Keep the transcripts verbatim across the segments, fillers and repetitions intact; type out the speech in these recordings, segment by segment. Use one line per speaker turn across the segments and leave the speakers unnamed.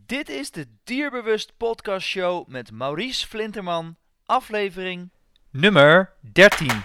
Dit is de Dierbewust Podcast Show met Maurice Flinterman, aflevering nummer dertien.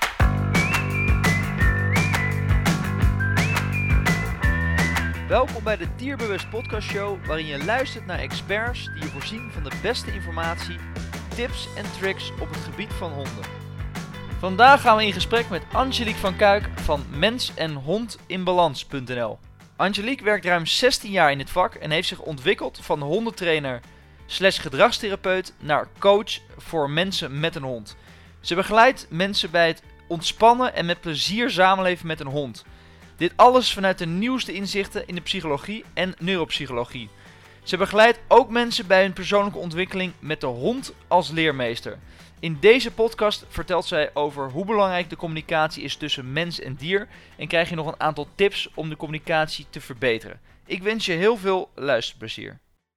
Welkom bij de Dierbewust Podcast Show, waarin je luistert naar experts die je voorzien van de beste informatie, tips en tricks op het gebied van honden. Vandaag gaan we in gesprek met Angelique van Kuik van mens en hond in balans punt n l. Angelique werkt ruim zestien jaar in dit vak en heeft zich ontwikkeld van hondentrainer slash gedragstherapeut naar coach voor mensen met een hond. Ze begeleidt mensen bij het ontspannen en met plezier samenleven met een hond. Dit alles vanuit de nieuwste inzichten in de psychologie en neuropsychologie. Ze begeleidt ook mensen bij hun persoonlijke ontwikkeling met de hond als leermeester. In deze podcast vertelt zij over hoe belangrijk de communicatie is tussen mens en dier en krijg je nog een aantal tips om de communicatie te verbeteren. Ik wens je heel veel luisterplezier.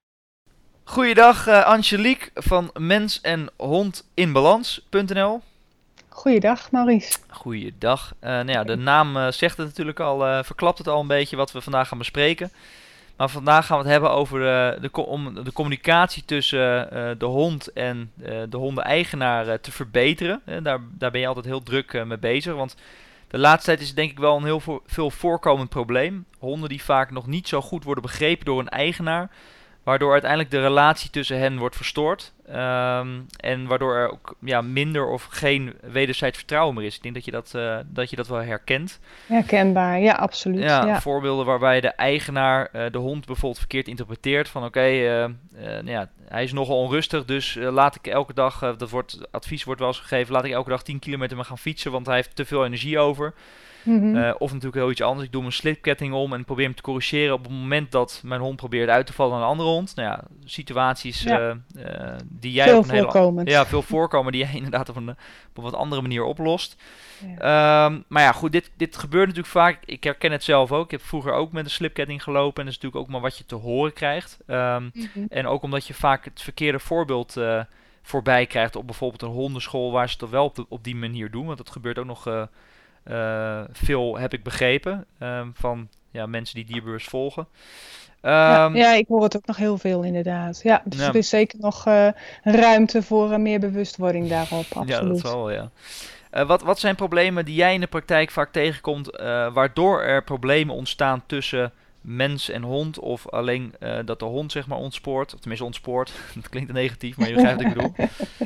Goeiedag uh, Angelique van mens en hond in balans punt n l.
Goeiedag Maurice.
Goeiedag. Uh, nou ja, de naam uh, zegt het natuurlijk al, uh, verklapt het al een beetje wat we vandaag gaan bespreken. Maar vandaag gaan we het hebben over de, de, om de communicatie tussen uh, de hond en uh, de hondeneigenaar uh, te verbeteren. Uh, daar, daar ben je altijd heel druk uh, mee bezig, want de laatste tijd is het denk ik wel een heel vo- veel voorkomend probleem. Honden die vaak nog niet zo goed worden begrepen door een eigenaar, waardoor uiteindelijk de relatie tussen hen wordt verstoord. Um, en waardoor er ook ja, minder of geen wederzijds vertrouwen meer is. Ik denk dat je dat, uh, dat, je dat wel herkent.
Herkenbaar, ja, absoluut.
Ja,
ja.
Voorbeelden waarbij de eigenaar uh, de hond bijvoorbeeld verkeerd interpreteert. Van oké, okay, uh, uh, nou ja, hij is nogal onrustig, dus uh, laat ik elke dag, uh, dat wordt, advies wordt wel eens gegeven, laat ik elke dag tien kilometer maar gaan fietsen, want hij heeft te veel energie over.
Mm-hmm.
Uh, of natuurlijk heel iets anders. Ik doe mijn slipketting om en probeer hem te corrigeren op het moment dat mijn hond probeert uit te vallen aan een andere hond. Nou ja, situaties
ja.
uh, uh, die jij
veel
op een hele
voorkomend.
Ja, veel voorkomen die jij inderdaad op een, op een wat andere manier oplost. Ja. Um, maar ja, goed, dit, dit gebeurt natuurlijk vaak. Ik herken het zelf ook. Ik heb vroeger ook met een slipketting gelopen en dat is natuurlijk ook maar wat je te horen krijgt. Um, mm-hmm. En ook omdat je vaak het verkeerde voorbeeld uh, voorbij krijgt op bijvoorbeeld een hondenschool waar ze het toch wel op, de, op die manier doen. Want dat gebeurt ook nog... Uh, Uh, veel heb ik begrepen um, van ja, mensen die dierbewust volgen. Um,
ja, ja, ik hoor het ook nog heel veel inderdaad. Ja, dus ja. Er is zeker nog uh, ruimte voor uh, meer bewustwording daarop. Absoluut.
Ja, dat wel, ja. Uh, wat, wat zijn problemen die jij in de praktijk vaak tegenkomt, uh, waardoor er problemen ontstaan tussen mens en hond, of alleen uh, dat de hond zeg maar ontspoort, of tenminste ontspoort, dat klinkt negatief, maar je begrijpt wat ik bedoel.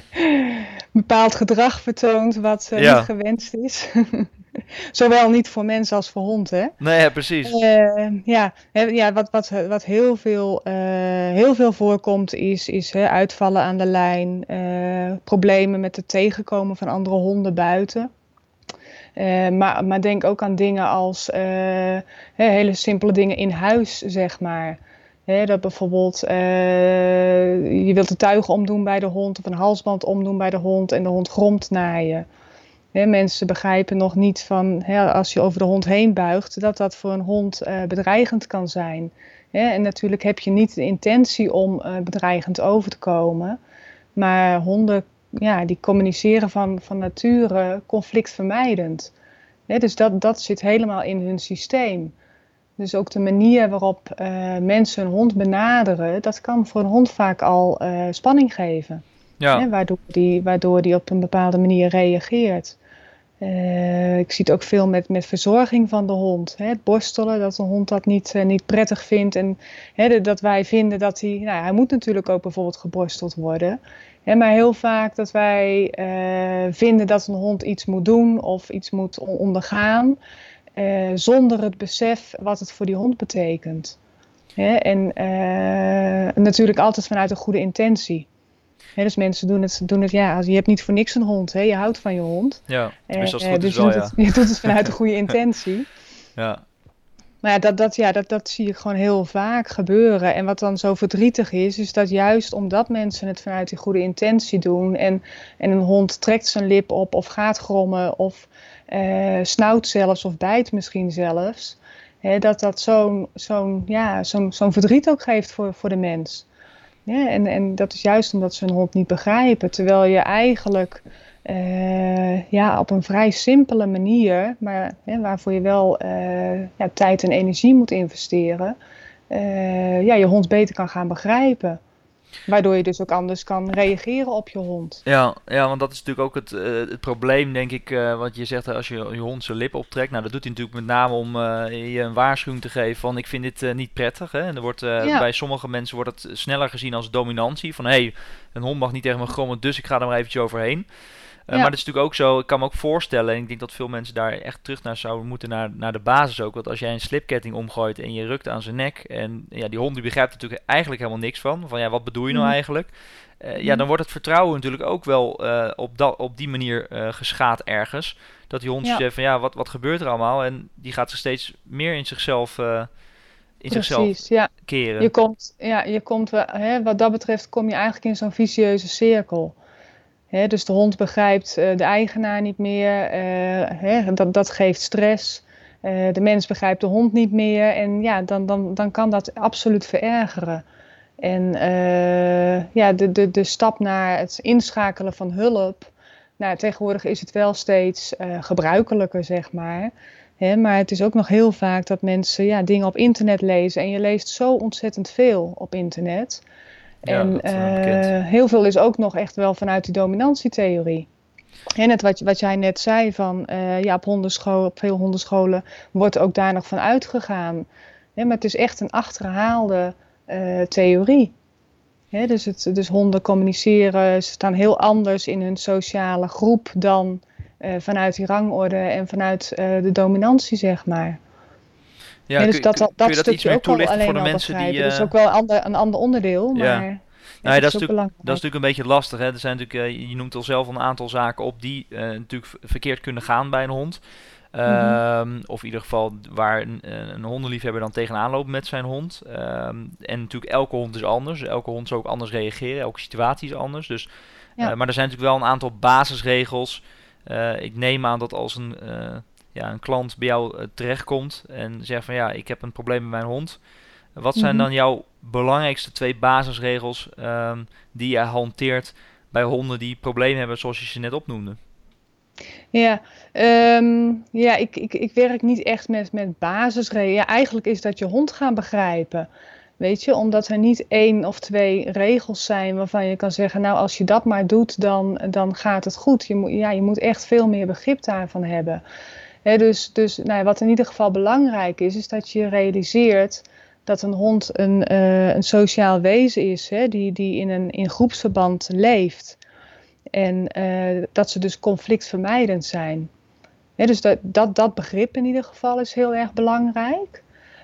Bepaald gedrag vertoont wat uh, ja. niet gewenst is. Zowel niet voor mens als voor hond, hè?
Nee, ja, precies.
Uh, ja, ja wat, wat, wat heel, veel, uh, heel veel voorkomt is, is hè, uitvallen aan de lijn, uh, problemen met het tegenkomen van andere honden buiten. Uh, maar, maar denk ook aan dingen als uh, hele simpele dingen in huis, zeg maar. He, dat bijvoorbeeld uh, je wilt de tuigen omdoen bij de hond of een halsband omdoen bij de hond en de hond gromt naar je. He, mensen begrijpen nog niet van he, als je over de hond heen buigt, dat dat voor een hond uh, bedreigend kan zijn. He, en natuurlijk heb je niet de intentie om uh, bedreigend over te komen, maar honden ja, die communiceren van, van nature conflictvermijdend. He, dus dat, dat zit helemaal in hun systeem. Dus ook de manier waarop uh, mensen een hond benaderen, dat kan voor een hond vaak al uh, spanning geven.
Ja.
Hè, waardoor, die, waardoor die op een bepaalde manier reageert. Uh, ik zie het ook veel met, met verzorging van de hond. Hè, het borstelen, dat een hond dat niet, uh, niet prettig vindt. En hè, de, dat wij vinden dat hij... Nou, hij moet natuurlijk ook bijvoorbeeld geborsteld worden. Hè, maar heel vaak dat wij uh, vinden dat een hond iets moet doen of iets moet ondergaan. Uh, zonder het besef wat het voor die hond betekent. Hè? En uh, natuurlijk altijd vanuit een goede intentie. Hè? Dus mensen doen het, doen het ja, je hebt niet voor niks een hond, hè? Je houdt van je hond.
Ja, tenminste als het
uh,
goed
dus
is wel,
je,
ja.
doet het, je doet het vanuit een goede intentie.
Ja.
Maar ja, dat, dat, ja dat, dat zie ik gewoon heel vaak gebeuren. En wat dan zo verdrietig is, is dat juist omdat mensen het vanuit die goede intentie doen en, en een hond trekt zijn lip op of gaat grommen of uh, snauwt zelfs of bijt misschien zelfs, hè, dat dat zo'n, zo'n, ja, zo'n, zo'n verdriet ook geeft voor, voor de mens. Ja, en, en dat is juist omdat ze hun hond niet begrijpen, terwijl je eigenlijk uh, ja, op een vrij simpele manier, maar hè, waarvoor je wel uh, ja, tijd en energie moet investeren, uh, ja, je hond beter kan gaan begrijpen. Waardoor je dus ook anders kan reageren op je hond.
Ja, ja, want dat is natuurlijk ook het, uh, het probleem, denk ik, uh, wat je zegt, als je je hond zijn lip optrekt. Nou, dat doet hij natuurlijk met name om uh, je een waarschuwing te geven van ik vind dit uh, niet prettig. Hè? En er wordt, uh, ja. Bij sommige mensen wordt het sneller gezien als dominantie. Van hé, hey, een hond mag niet tegen me grommen, dus ik ga er maar eventjes overheen. Uh, ja. Maar dat is natuurlijk ook zo, ik kan me ook voorstellen, en ik denk dat veel mensen daar echt terug naar zouden moeten, naar, naar de basis ook. Want als jij een slipketting omgooit en je rukt aan zijn nek, en ja, die hond die begrijpt natuurlijk eigenlijk helemaal niks van. Van ja, wat bedoel je nou mm. eigenlijk? Uh, mm. Ja, dan wordt het vertrouwen natuurlijk ook wel uh, op, da- op die manier uh, geschaad ergens. Dat die hond ja. zegt van ja, wat, wat gebeurt er allemaal? En die gaat zich steeds meer in zichzelf, uh, in
Precies,
zichzelf
ja.
keren.
Je komt, ja, je komt, hè, wat dat betreft kom je eigenlijk in zo'n vicieuze cirkel. He, dus de hond begrijpt uh, de eigenaar niet meer, uh, he, dat, dat geeft stress. Uh, de mens begrijpt de hond niet meer en ja, dan, dan, dan kan dat absoluut verergeren. En uh, ja, de, de, de stap naar het inschakelen van hulp, nou, tegenwoordig is het wel steeds uh, gebruikelijker, zeg maar. He, maar het is ook nog heel vaak dat mensen ja, dingen op internet lezen en je leest zo ontzettend veel op internet. Ja, en dat, uh, uh, heel veel is ook nog echt wel vanuit die dominantietheorie. En net wat, wat jij net zei, van, uh, ja, op, hondenscholen, op veel hondenscholen wordt ook daar nog van uitgegaan. Ja, maar het is echt een achterhaalde uh, theorie. Ja, dus, het, dus honden communiceren, ze staan heel anders in hun sociale groep dan uh, vanuit die rangorde en vanuit uh, de dominantie, zeg maar. Ja, ja, dus kun, dat, dat, dat stukje ook al alleen al begrijpen. Uh... Dat is ook wel een ander, een ander onderdeel, maar... Ja.
Ja, nee, dat, is dat, is dat is natuurlijk een beetje lastig. Hè? Er zijn natuurlijk, uh, je noemt al zelf een aantal zaken op die uh, natuurlijk verkeerd kunnen gaan bij een hond. Uh, mm-hmm. Of in ieder geval waar een, een hondenliefhebber dan tegenaan loopt met zijn hond. Uh, en natuurlijk elke hond is anders. Elke hond zal ook anders reageren. Elke situatie is anders. Dus, ja. uh, maar er zijn natuurlijk wel een aantal basisregels. Uh, ik neem aan dat als een... Uh, Ja, een klant bij jou uh, terechtkomt en zegt van ja, ik heb een probleem met mijn hond. Wat zijn mm-hmm. dan jouw belangrijkste twee basisregels um, die je hanteert bij honden die problemen hebben zoals je ze net opnoemde?
Ja, um, ja ik, ik, ik werk niet echt met, met basisregels. Ja, eigenlijk is dat je hond gaan begrijpen. Weet je, omdat er niet één of twee regels zijn waarvan je kan zeggen, nou als je dat maar doet, dan, dan gaat het goed. Je moet, ja, je moet echt veel meer begrip daarvan hebben. He, dus dus nou ja, wat in ieder geval belangrijk is, is dat je realiseert dat een hond een, uh, een sociaal wezen is, hè, die, die in een in groepsverband leeft. En uh, dat ze dus conflictvermijdend zijn. He, dus dat, dat, dat begrip in ieder geval is heel erg belangrijk.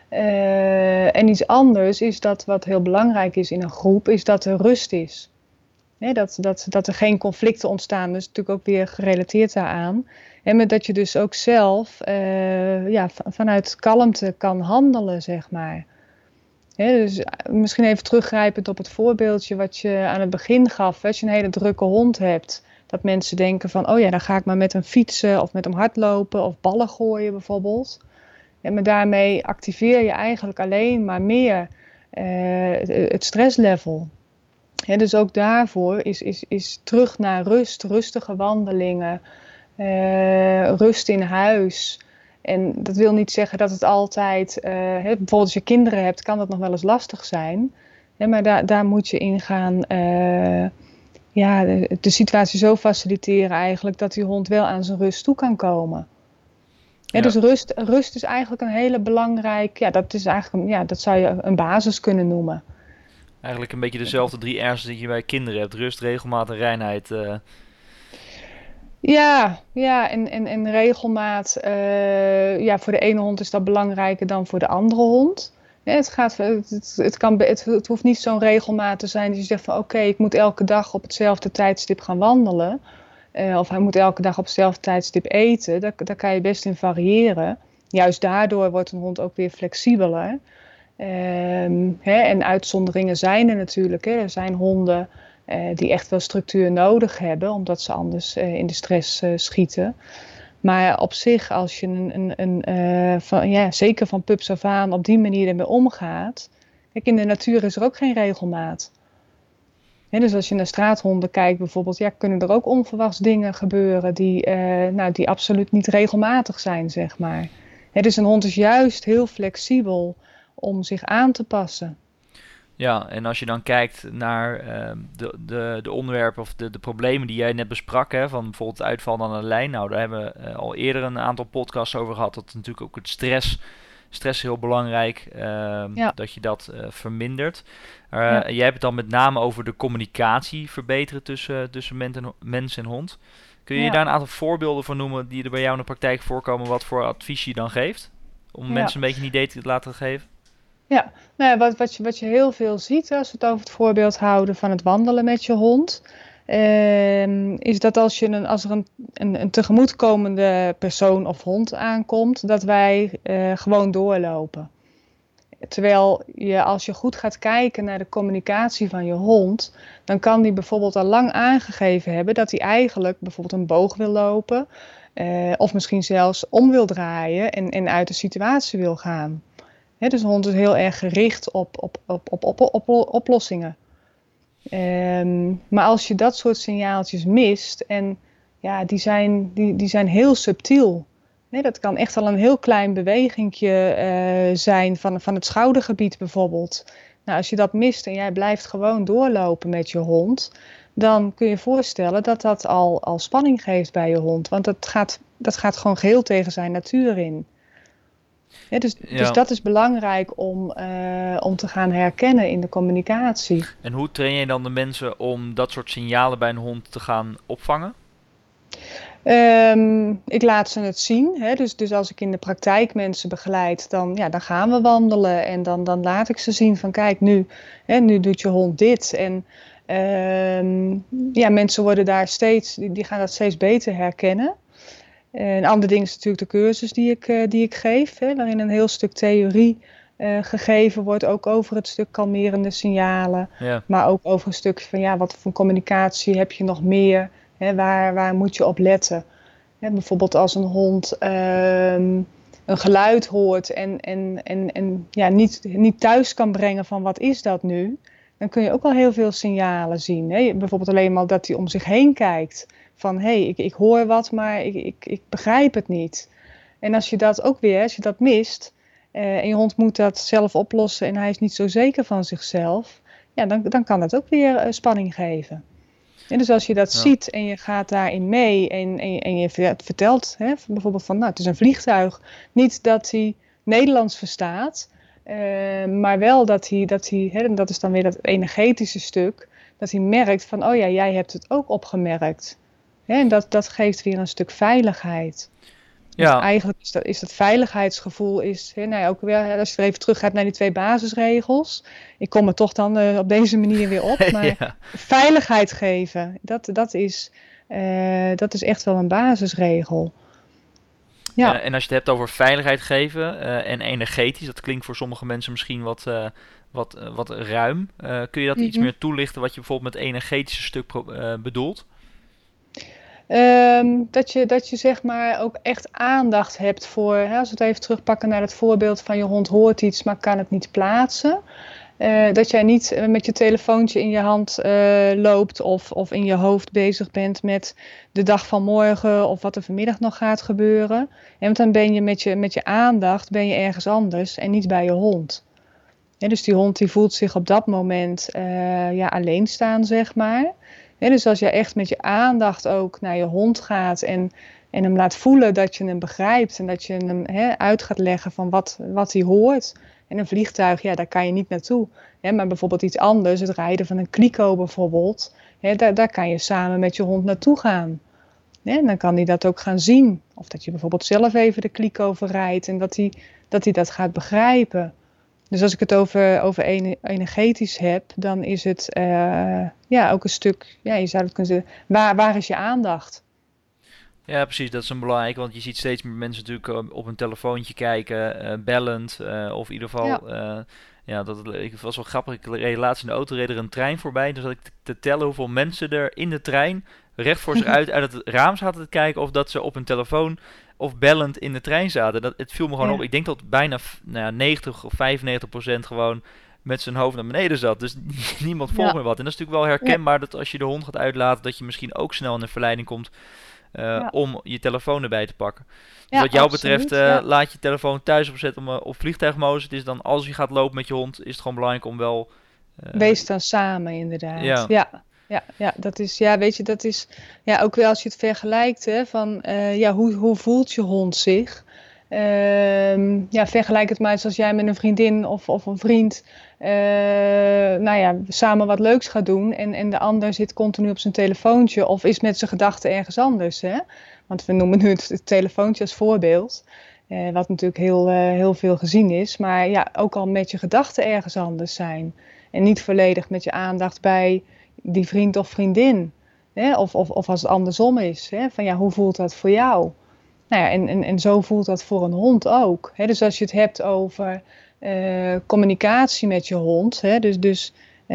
Uh, en iets anders is dat wat heel belangrijk is in een groep, is dat er rust is. He, dat, dat, dat er geen conflicten ontstaan, dus natuurlijk ook weer gerelateerd daaraan. En met dat je dus ook zelf uh, ja, v- vanuit kalmte kan handelen, zeg maar. He, dus misschien even teruggrijpend op het voorbeeldje wat je aan het begin gaf. Als je een hele drukke hond hebt, dat mensen denken van, oh ja, dan ga ik maar met hem fietsen of met hem hardlopen of ballen gooien bijvoorbeeld. En maar daarmee activeer je eigenlijk alleen maar meer uh, het, het stresslevel. He, dus ook daarvoor is, is, is terug naar rust, rustige wandelingen, uh, rust in huis. En dat wil niet zeggen dat het altijd, uh, he, bijvoorbeeld als je kinderen hebt, kan dat nog wel eens lastig zijn. He, maar daar, daar moet je in gaan, uh, ja, de, de situatie zo faciliteren eigenlijk dat die hond wel aan zijn rust toe kan komen. Ja, ja. Dus rust, rust is eigenlijk een hele belangrijk, ja, dat is eigenlijk, een, ja, dat zou je een basis kunnen noemen.
Eigenlijk een beetje dezelfde drie R's die je bij kinderen hebt. Rust, regelmaat en reinheid. Uh.
Ja, ja en, en, en regelmaat. Uh, ja, voor de ene hond is dat belangrijker dan voor de andere hond. Ja, het, gaat, het, het, kan, het, het hoeft niet zo'n regelmaat te zijn dat je zegt van oké, okay, ik moet elke dag op hetzelfde tijdstip gaan wandelen. Uh, of hij moet elke dag op hetzelfde tijdstip eten. Daar, daar kan je best in variëren. Juist daardoor wordt een hond ook weer flexibeler. Um, hè, en uitzonderingen zijn er natuurlijk. Hè. Er zijn honden uh, die echt wel structuur nodig hebben, omdat ze anders uh, in de stress uh, schieten. Maar op zich, als je een, een, een, uh, van, ja, zeker van pups af aan op die manier ermee omgaat. Kijk, in de natuur is er ook geen regelmaat. Hè, dus als je naar straathonden kijkt bijvoorbeeld, ja, kunnen er ook onverwachts dingen gebeuren die, uh, nou, die absoluut niet regelmatig zijn, zeg maar. Hè, dus een hond is juist heel flexibel om zich aan te passen.
Ja, en als je dan kijkt naar uh, de, de, de onderwerpen of de, de problemen die jij net besprak, hè, van bijvoorbeeld het uitval aan de lijn. Nou, daar hebben we uh, al eerder een aantal podcasts over gehad. Dat is natuurlijk ook het stress. Stress is heel belangrijk, uh, ja. dat je dat uh, vermindert. Uh, ja. Jij hebt het dan met name over de communicatie verbeteren tussen, tussen mens, en, mens en hond. Kun je ja. daar een aantal voorbeelden van noemen die er bij jou in de praktijk voorkomen, wat voor advies je dan geeft? Om ja. mensen een beetje een idee te laten geven?
Ja, nou ja, wat, wat, je, wat je heel veel ziet, als we het over het voorbeeld houden van het wandelen met je hond, eh, is dat als, je een, als er een, een, een tegemoetkomende persoon of hond aankomt, dat wij eh, gewoon doorlopen. Terwijl je, als je goed gaat kijken naar de communicatie van je hond, dan kan die bijvoorbeeld al lang aangegeven hebben dat hij eigenlijk bijvoorbeeld een boog wil lopen, eh, of misschien zelfs om wil draaien en, en uit de situatie wil gaan. He, dus de hond is heel erg gericht op, op, op, op, op, op, op oplossingen. Um, maar als je dat soort signaaltjes mist, en ja, die zijn, die, die zijn heel subtiel. Nee, dat kan echt al een heel klein bewegingje uh, zijn van, van het schoudergebied bijvoorbeeld. Nou, als je dat mist en jij blijft gewoon doorlopen met je hond, dan kun je je voorstellen dat dat al, al spanning geeft bij je hond. Want dat gaat, dat gaat gewoon geheel tegen zijn natuur in. Ja, dus, ja. dus dat is belangrijk om, uh, om te gaan herkennen in de communicatie.
En hoe train je dan de mensen om dat soort signalen bij een hond te gaan opvangen?
Um, ik laat ze het zien. Hè? Dus, dus als ik in de praktijk mensen begeleid, dan, ja, dan gaan we wandelen. En dan, dan laat ik ze zien van kijk, nu, hè, nu doet je hond dit. En um, ja, mensen worden daar steeds, die, die gaan dat steeds beter herkennen. Een ander ding is natuurlijk de cursus die ik, uh, die ik geef, hè, waarin een heel stuk theorie uh, gegeven wordt, ook over het stuk kalmerende signalen, ja. maar ook over een stuk van ja, wat voor communicatie heb je nog meer, hè, waar, waar moet je op letten. Hè, bijvoorbeeld als een hond uh, een geluid hoort en, en, en, en ja, niet, niet thuis kan brengen van wat is dat nu, dan kun je ook al heel veel signalen zien. Hè. Bijvoorbeeld alleen maar dat hij om zich heen kijkt. Van, hé, hey, ik, ik hoor wat, maar ik, ik, ik begrijp het niet. En als je dat ook weer, als je dat mist, uh, en je hond moet dat zelf oplossen en hij is niet zo zeker van zichzelf, ja, dan, dan kan dat ook weer uh, spanning geven. En dus als je dat ja. ziet en je gaat daarin mee en, en, en je vertelt, hè, bijvoorbeeld van, nou, het is een vliegtuig, niet dat hij Nederlands verstaat, uh, maar wel dat hij, dat hij, hè, en dat is dan weer dat energetische stuk, dat hij merkt van, oh ja, jij hebt het ook opgemerkt. Ja, en dat, dat geeft weer een stuk veiligheid. Ja. Dus eigenlijk is dat, is dat veiligheidsgevoel, is, hè, nou ja, ook weer, als je er even terug gaat naar die twee basisregels. Ik kom er toch dan uh, op deze manier weer op. Maar ja. veiligheid geven, dat, dat, is, uh, dat is echt wel een basisregel.
Ja. Ja, en als je het hebt over veiligheid geven uh, en energetisch, dat klinkt voor sommige mensen misschien wat, uh, wat, uh, wat ruim. Uh, kun je dat mm-hmm. iets meer toelichten wat je bijvoorbeeld met energetische stuk pro- uh, bedoelt?
Um, dat, je, dat je zeg maar ook echt aandacht hebt voor, hè, als we het even terugpakken naar het voorbeeld van je hond hoort iets, maar kan het niet plaatsen. Uh, dat jij niet met je telefoontje in je hand uh, loopt of, of in je hoofd bezig bent met de dag van morgen of wat er vanmiddag nog gaat gebeuren. En want dan ben je met je, met je aandacht ben je ergens anders en niet bij je hond. Ja, dus die hond die voelt zich op dat moment uh, ja, alleen staan, zeg maar. Ja, dus als je echt met je aandacht ook naar je hond gaat en, en hem laat voelen dat je hem begrijpt en dat je hem he, uit gaat leggen van wat, wat hij hoort. En een vliegtuig, ja, daar kan je niet naartoe. He, maar bijvoorbeeld iets anders, het rijden van een kliko bijvoorbeeld, he, daar, daar kan je samen met je hond naartoe gaan. He, en dan kan hij dat ook gaan zien. Of dat je bijvoorbeeld zelf even de kliko verrijdt en dat hij, dat hij dat gaat begrijpen. Dus als ik het over, over energetisch heb, dan is het uh, ja, ook een stuk, ja, je zou het kunnen zeggen, waar, waar is je aandacht?
Ja, precies, dat is een belangrijk, want je ziet steeds meer mensen natuurlijk op hun telefoontje kijken, uh, bellend, uh, of in ieder geval, ja, uh, ja dat, ik was wel grappig, ik reed laatst in de auto, reed er een trein voorbij, dus zat ik te tellen hoeveel mensen er in de trein recht voor zich uit uit het raam zaten te kijken, of dat ze op hun telefoon of bellend in de trein zaten. Dat, het viel me gewoon ja. op. Ik denk dat bijna nou ja, negentig of vijfennegentig procent gewoon met zijn hoofd naar beneden zat. Dus niemand volgt ja. meer wat. En dat is natuurlijk wel herkenbaar ja. dat als je de hond gaat uitlaten, dat je misschien ook snel in de verleiding komt uh,
ja.
om je telefoon erbij te pakken. Dus
Ja,
wat jou
absoluut,
betreft, uh,
ja.
laat je telefoon thuis opzetten om, uh, op vliegtuigmodus. Het is dan, als je gaat lopen met je hond, is het gewoon belangrijk om wel... Uh,
Wees dan samen, inderdaad.
Ja.
Ja, ja, ja, dat is, ja, weet je, dat is, ja, ook wel als je het vergelijkt, hè, van, uh, ja, hoe, hoe voelt je hond zich? Uh, ja, vergelijk het maar eens als jij met een vriendin of, of een vriend, uh, nou ja, samen wat leuks gaat doen en, en de ander zit continu op zijn telefoontje of is met zijn gedachten ergens anders, hè? Want we noemen nu het, het telefoontje als voorbeeld. Uh, wat natuurlijk heel, uh, heel veel gezien is. Maar ja, ook al met je gedachten ergens anders zijn. En niet volledig met je aandacht bij die vriend of vriendin. Hè? Of, of, of als het andersom is. Hè? Van ja, hoe voelt dat voor jou? Nou ja, en, en, en zo voelt dat voor een hond ook. Hè? Dus als je het hebt over uh, communicatie met je hond. Hè? Dus, dus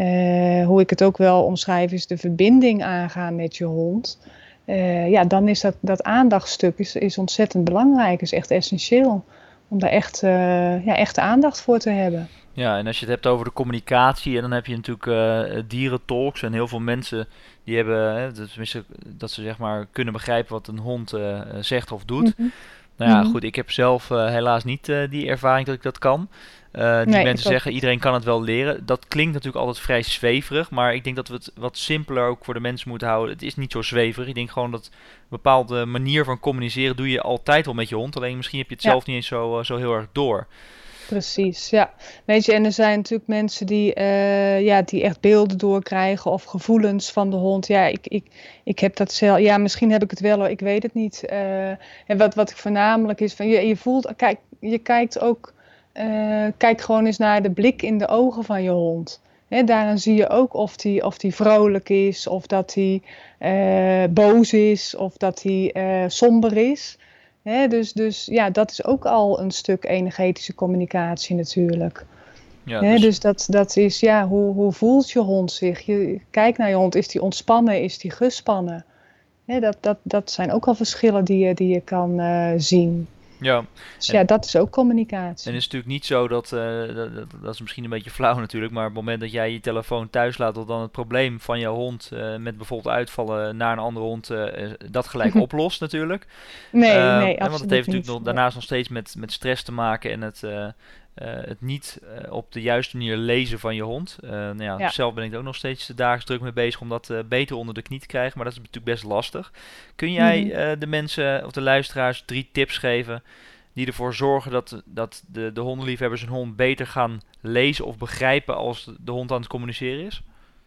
uh, hoe ik het ook wel omschrijf is de verbinding aangaan met je hond. Uh, ja, dan is dat, dat aandachtstuk is, is ontzettend belangrijk. Is echt essentieel om daar echt, uh, ja, echt aandacht voor te hebben.
Ja, en als je het hebt over de communicatie, en dan heb je natuurlijk uh, dierentalks en heel veel mensen die hebben, hè, tenminste, dat ze zeg maar kunnen begrijpen wat een hond uh, zegt of doet. Mm-hmm. Nou ja, mm-hmm. goed, ik heb zelf uh, helaas niet uh, die ervaring dat ik dat kan. Uh, die nee, mensen zeggen, iedereen kan het wel leren. Dat klinkt natuurlijk altijd vrij zweverig, maar ik denk dat we het wat simpeler ook voor de mensen moeten houden. Het is niet zo zweverig. Ik denk gewoon dat een bepaalde manier van communiceren doe je altijd wel met je hond. Alleen misschien heb je het ja. zelf niet eens zo, uh, zo heel erg door.
Precies, ja. Weet je, en er zijn natuurlijk mensen die, uh, ja, die echt beelden doorkrijgen of gevoelens van de hond. Ja, ik, ik, ik heb dat zelf. Ja, misschien heb ik het wel, ik weet het niet. Uh, en wat, wat ik voornamelijk is van je, je voelt, kijk, je kijkt ook, uh, kijk gewoon eens naar de blik in de ogen van je hond. Hè, daarin zie je ook of die, of die vrolijk is, of dat hij uh, boos is, of dat hij uh, somber is. He, dus, dus ja, dat is ook al een stuk energetische communicatie natuurlijk. Ja, dus... He, dus dat, dat is, ja, hoe, hoe voelt je hond zich? Je kijkt naar je hond, is die ontspannen, is die gespannen? He, dat, dat, dat zijn ook al verschillen die je, die je kan uh, zien.
Ja.
Dus en, ja, dat is ook communicatie.
En het is natuurlijk niet zo dat, uh, dat, dat is misschien een beetje flauw natuurlijk, maar op het moment dat jij je telefoon thuis laat, dat dan het probleem van jouw hond uh, met bijvoorbeeld uitvallen naar een andere hond, uh, dat gelijk oplost natuurlijk.
Nee,
uh,
nee,
Want het heeft natuurlijk nog,
niet.
daarnaast nog steeds met, met stress te maken en het, uh, uh, het niet uh, op de juiste manier lezen van je hond. Uh, nou ja, ja. Zelf ben ik er ook nog steeds dagelijks druk mee bezig om dat uh, beter onder de knie te krijgen, maar dat is natuurlijk best lastig. Kun jij uh, de mensen of de luisteraars drie tips geven die ervoor zorgen dat, dat de, de hondenliefhebbers hun hond beter gaan lezen of begrijpen als de hond aan het communiceren is?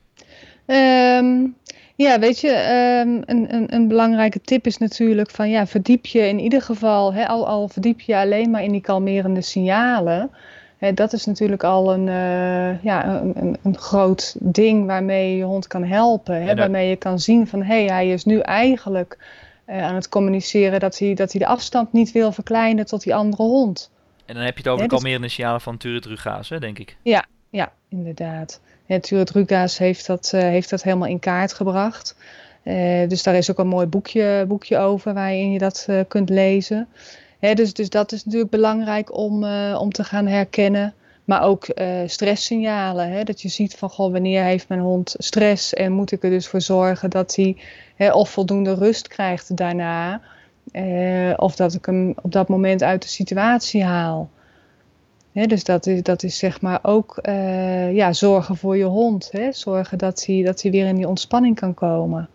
Um, ja, weet je, um, een, een, een belangrijke tip is natuurlijk van ja, verdiep je in ieder geval, hè, al, al verdiep je alleen maar in die kalmerende signalen. Hè, dat is natuurlijk al een, uh, ja, een, een, een groot ding waarmee je je hond kan helpen. Hè, dat... Waarmee je kan zien van hé, hey, hij is nu eigenlijk Uh, aan het communiceren dat hij, dat hij de afstand niet wil verkleinen tot die andere hond.
En dan heb je het over ja, de kalmerende signalen van Turit Rugaas, hè, denk ik.
Ja, ja, inderdaad. Ja, Turit Rugaas heeft dat, uh, heeft dat helemaal in kaart gebracht. Uh, dus daar is ook een mooi boekje, boekje over waarin je dat uh, kunt lezen. Hè, dus, dus dat is natuurlijk belangrijk om, uh, om te gaan herkennen. Maar ook uh, stresssignalen. Hè? Dat je ziet van goh, wanneer heeft mijn hond stress en moet ik er dus voor zorgen dat hij hè, of voldoende rust krijgt daarna. Uh, of dat ik hem op dat moment uit de situatie haal. Hè, dus dat is, dat is zeg maar ook uh, ja, zorgen voor je hond. Hè? Zorgen dat hij, dat hij weer in die ontspanning kan komen.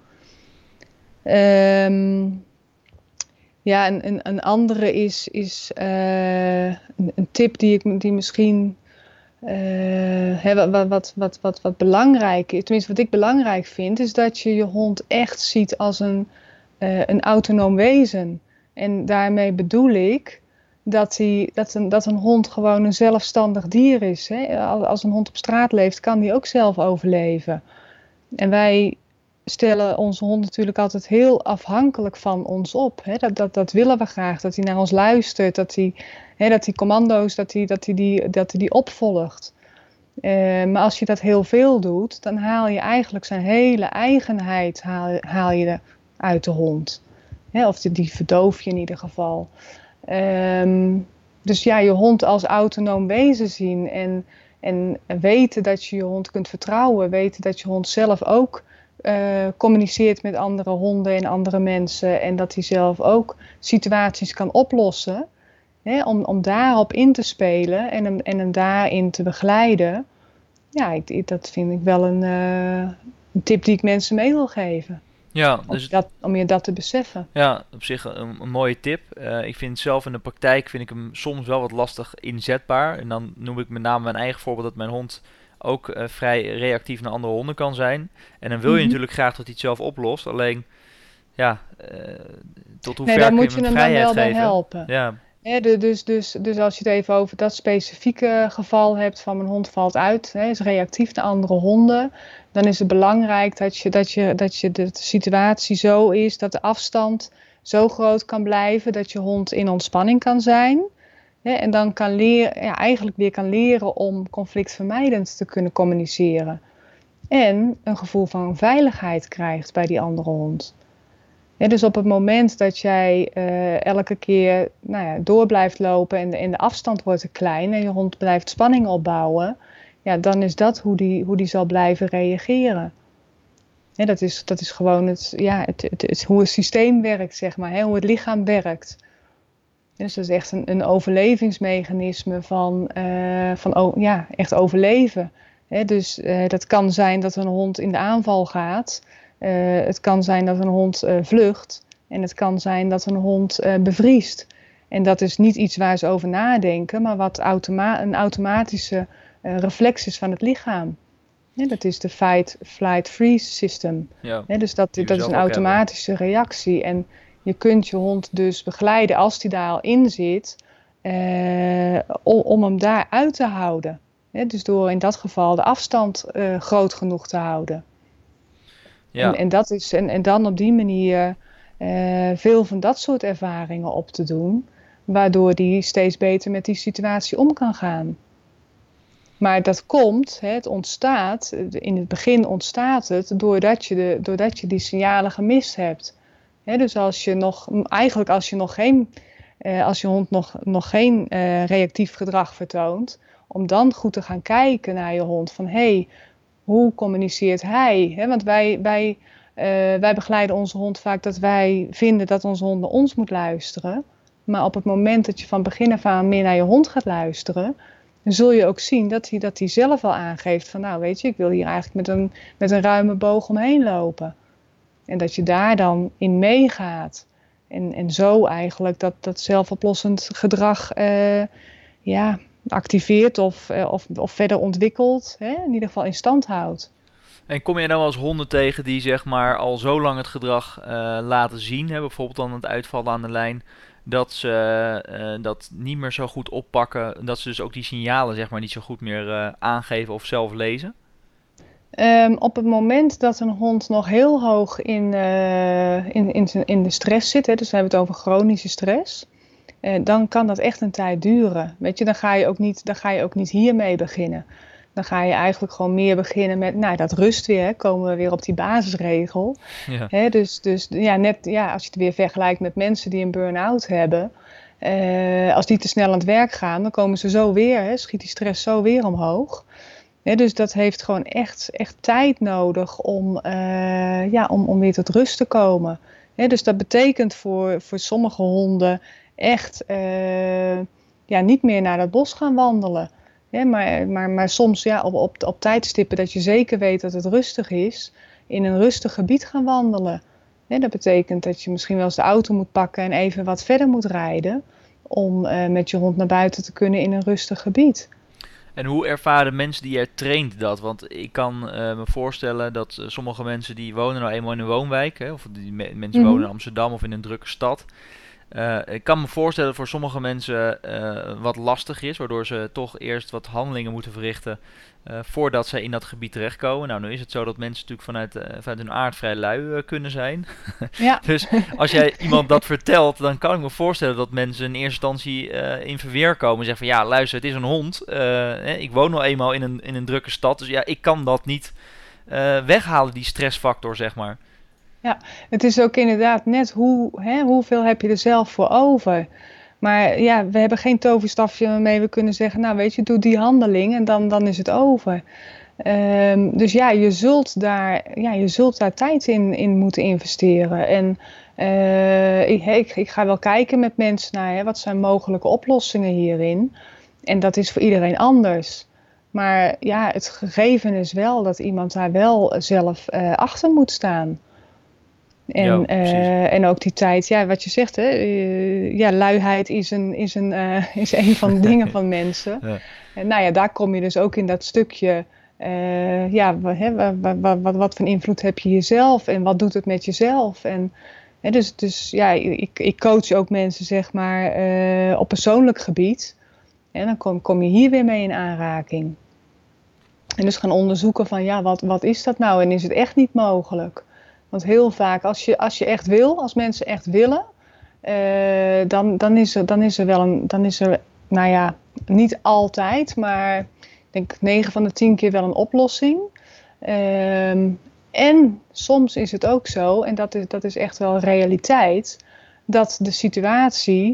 Um, ja, een, een, een andere is, is uh, een, een tip die, ik, die misschien uh, hè, wat, wat, wat, wat, wat belangrijk is. Tenminste, wat ik belangrijk vind, is dat je je hond echt ziet als een, uh, een autonoom wezen. En daarmee bedoel ik dat, die, dat, een, dat een hond gewoon een zelfstandig dier is. Hè? Als een hond op straat leeft, kan die ook zelf overleven. En wij stellen onze hond natuurlijk altijd heel afhankelijk van ons op. Hè? Dat, dat, dat willen we graag, dat hij naar ons luistert, dat hij, hè, dat hij commando's, dat hij, dat hij die, dat hij die opvolgt. Uh, maar als je dat heel veel doet, dan haal je eigenlijk zijn hele eigenheid haal, haal je uit de hond. Hè? Of die, die verdoof je in ieder geval. Um, dus ja, je hond als autonoom wezen zien en, en weten dat je je hond kunt vertrouwen, weten dat je hond zelf ook uh, communiceert met andere honden en andere mensen. En dat hij zelf ook situaties kan oplossen. Hè, om, om daarop in te spelen en hem, en hem daarin te begeleiden. Ja, ik, dat vind ik wel een, uh, een tip die ik mensen mee wil geven.
Ja, dus
om, dat, om je dat te beseffen.
Ja, op zich een, een mooie tip. Uh, ik vind zelf in de praktijk vind ik hem soms wel wat lastig inzetbaar. En dan noem ik met name mijn eigen voorbeeld dat mijn hond ook uh, vrij reactief naar andere honden kan zijn. En dan wil je mm-hmm. natuurlijk graag dat hij het zelf oplost. Alleen, ja, uh, tot hoe
nee,
ver
kun
je
je hem
hem
dan
vrijheid
wel bij
geven?
helpen.
Ja.
Ja, dus, dus, dus als je het even over dat specifieke geval hebt van mijn hond valt uit, hè, is reactief naar andere honden, dan is het belangrijk dat je, dat je, dat je de situatie zo is dat de afstand zo groot kan blijven dat je hond in ontspanning kan zijn. Hè, en dan kan leren, ja, eigenlijk weer kan leren om conflictvermijdend te kunnen communiceren. En een gevoel van veiligheid krijgt bij die andere hond. Ja, dus op het moment dat jij uh, elke keer nou ja, door blijft lopen en de, en de afstand wordt te klein en je hond blijft spanning opbouwen, ja, dan is dat hoe die, hoe die zal blijven reageren. Ja, dat, is, dat is gewoon het, ja, het, het, het, hoe het systeem werkt, zeg maar, hè, hoe het lichaam werkt. Ja, dus dat is echt een, een overlevingsmechanisme van, uh, van oh, ja, echt overleven. Ja, dus uh, dat kan zijn dat een hond in de aanval gaat. Uh, het kan zijn dat een hond uh, vlucht en het kan zijn dat een hond uh, bevriest. En dat is niet iets waar ze over nadenken, maar wat automa- een automatische uh, reflex is van het lichaam. Ja, dat is de fight, flight, freeze system. Ja, ja, dus dat, dat is een automatische hebben. reactie. En je kunt je hond dus begeleiden als die daar al in zit, uh, om, om hem daar uit te houden. Ja, dus door in dat geval de afstand uh, groot genoeg te houden. Ja. En, en, dat is, en, en dan op die manier uh, veel van dat soort ervaringen op te doen, waardoor die steeds beter met die situatie om kan gaan. Maar dat komt, hè, het ontstaat, in het begin ontstaat het doordat je, de, doordat je die signalen gemist hebt. Hè, dus als je nog, eigenlijk als je nog geen, uh, als je hond nog, nog geen uh, reactief gedrag vertoont, om dan goed te gaan kijken naar je hond van hé, hey, hoe communiceert hij? He, want wij, wij, uh, wij begeleiden onze hond vaak dat wij vinden dat onze hond naar ons moet luisteren. Maar op het moment dat je van begin af aan meer naar je hond gaat luisteren, dan zul je ook zien dat hij, dat hij zelf al aangeeft van nou weet je, ik wil hier eigenlijk met een, met een ruime boog omheen lopen. En dat je daar dan in meegaat. En, en zo eigenlijk dat, dat zelfoplossend gedrag uh, ja, activeert of, of, of verder ontwikkelt, hè? In ieder geval in stand houdt.
En kom je nou als honden tegen die zeg maar al zo lang het gedrag uh, laten zien, hè? Bijvoorbeeld dan het uitvallen aan de lijn, dat ze uh, dat niet meer zo goed oppakken, dat ze dus ook die signalen zeg maar niet zo goed meer uh, aangeven of zelf lezen?
Um, op het moment dat een hond nog heel hoog in, uh, in, in, in de stress zit, hè, dus we hebben het over chronische stress, uh, dan kan dat echt een tijd duren. Weet je, dan ga je ook niet, dan ga je ook niet hiermee beginnen. Dan ga je eigenlijk gewoon meer beginnen met, nou, dat rust weer, hè, komen we weer op die basisregel. Ja. Hè, dus dus ja, net, ja, als je het weer vergelijkt met mensen die een burn-out hebben, uh, als die te snel aan het werk gaan, dan komen ze zo weer, hè, schiet die stress zo weer omhoog. Ja, dus dat heeft gewoon echt, echt tijd nodig om, uh, ja, om, om weer tot rust te komen. Ja, dus dat betekent voor, voor sommige honden echt uh, ja, niet meer naar dat bos gaan wandelen. Ja, maar, maar, maar soms ja, op, op, op tijdstippen dat je zeker weet dat het rustig is, in een rustig gebied gaan wandelen. Ja, dat betekent dat je misschien wel eens de auto moet pakken en even wat verder moet rijden om uh, met je hond naar buiten te kunnen in een rustig gebied.
En hoe ervaren mensen die er traint dat? Want ik kan uh, me voorstellen dat uh, sommige mensen die wonen nou eenmaal in een woonwijk, hè, of die me- mensen mm-hmm. wonen in Amsterdam of in een drukke stad. Uh, ik kan me voorstellen dat voor sommige mensen uh, wat lastig is, waardoor ze toch eerst wat handelingen moeten verrichten uh, voordat ze in dat gebied terechtkomen. Nou, nu is het zo dat mensen natuurlijk vanuit, uh, vanuit hun aard vrij lui uh, kunnen zijn. Ja. Dus als jij iemand dat vertelt, dan kan ik me voorstellen dat mensen in eerste instantie uh, in verweer komen en zeggen van ja, luister, het is een hond. Uh, hè, ik woon nou eenmaal in een, in een drukke stad, dus ja, ik kan dat niet uh, weghalen, die stressfactor, zeg maar.
Ja, het is ook inderdaad net hoe, hè, hoeveel heb je er zelf voor over. Maar ja, we hebben geen toverstafje waarmee we kunnen zeggen, nou weet je, doe die handeling en dan, dan is het over. Um, dus ja, je zult daar, ja, je zult daar tijd in, in moeten investeren. En uh, ik, ik, ik ga wel kijken met mensen naar hè, wat zijn mogelijke oplossingen hierin. En dat is voor iedereen anders. Maar ja, het gegeven is wel dat iemand daar wel zelf uh, achter moet staan. En, ja, uh, en ook die tijd, ja, wat je zegt, hè, uh, ja, luiheid is een, is een, uh, is een van de dingen van mensen. Ja. En nou ja, daar kom je dus ook in dat stukje, uh, ja, hè, wat, wat, wat, wat voor invloed heb je jezelf en wat doet het met jezelf? En, hè, dus, dus ja, ik, ik coach ook mensen, zeg maar, uh, op persoonlijk gebied. En dan kom, kom je hier weer mee in aanraking. En dus gaan onderzoeken van, ja, wat, wat is dat nou? En is het echt niet mogelijk? Want heel vaak, als je, als je echt wil, als mensen echt willen, uh, dan, dan, is er, dan is er wel een, dan is er, nou ja, niet altijd, maar ik denk negen van de tien keer wel een oplossing. Um, en soms is het ook zo, en dat is, dat is echt wel realiteit, dat de situatie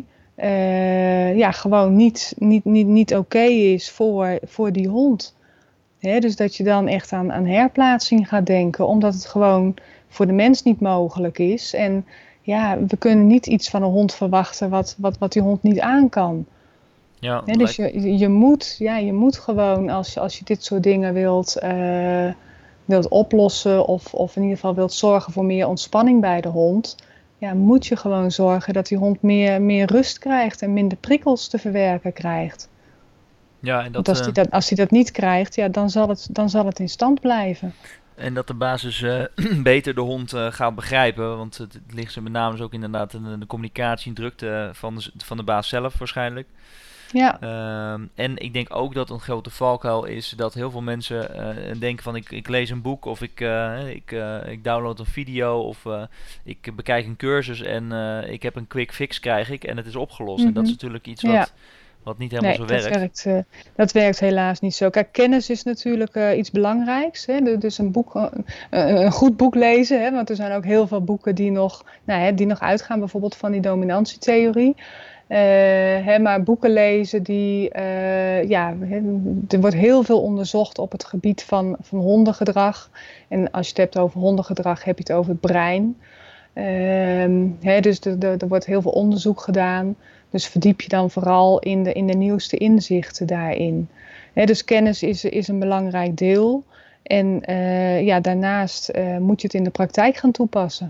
uh, ja, gewoon niet, niet, niet, niet oké is voor, voor die hond. He, dus dat je dan echt aan, aan herplaatsing gaat denken, omdat het gewoon voor de mens niet mogelijk is. En ja, we kunnen niet iets van een hond verwachten wat, wat, wat die hond niet aan kan.
Ja,
He, dus je, je, moet, ja, je moet gewoon, als je, als je dit soort dingen wilt, uh, wilt oplossen of, of in ieder geval wilt zorgen voor meer ontspanning bij de hond, ja, moet je gewoon zorgen dat die hond meer, meer rust krijgt en minder prikkels te verwerken krijgt.
Ja, en dat,
Want als hij dat, als hij dat niet krijgt, ja, dan, zal het, dan zal het in stand blijven.
En dat de basis uh, beter de hond uh, gaat begrijpen. Want het, het ligt ze met name dus ook inderdaad in de communicatie en drukte van de, van de baas zelf waarschijnlijk.
Ja.
Uh, en ik denk ook dat een grote valkuil is dat heel veel mensen uh, denken van ik, ik lees een boek of ik, uh, ik, uh, ik download een video of uh, ik bekijk een cursus en uh, ik heb een quick fix krijg ik en het is opgelost. Mm-hmm. En dat is natuurlijk iets wat... Ja. Wat niet helemaal
nee,
zo werkt.
Dat werkt, uh, dat werkt helaas niet zo. Kijk, kennis is natuurlijk uh, iets belangrijks. Hè? Dus een, boek, uh, een goed boek lezen. Hè? Want er zijn ook heel veel boeken die nog, nou, hè, die nog uitgaan. Bijvoorbeeld van die dominantietheorie. Uh, hè, maar boeken lezen die... Uh, ja, hè, er wordt heel veel onderzocht op het gebied van, van hondengedrag. En als je het hebt over hondengedrag, heb je het over het brein. Uh, hè, dus er, er, er wordt heel veel onderzoek gedaan. Dus verdiep je dan vooral in de, in de nieuwste inzichten daarin. He, dus kennis is, is een belangrijk deel. En uh, ja, daarnaast uh, moet je het in de praktijk gaan toepassen.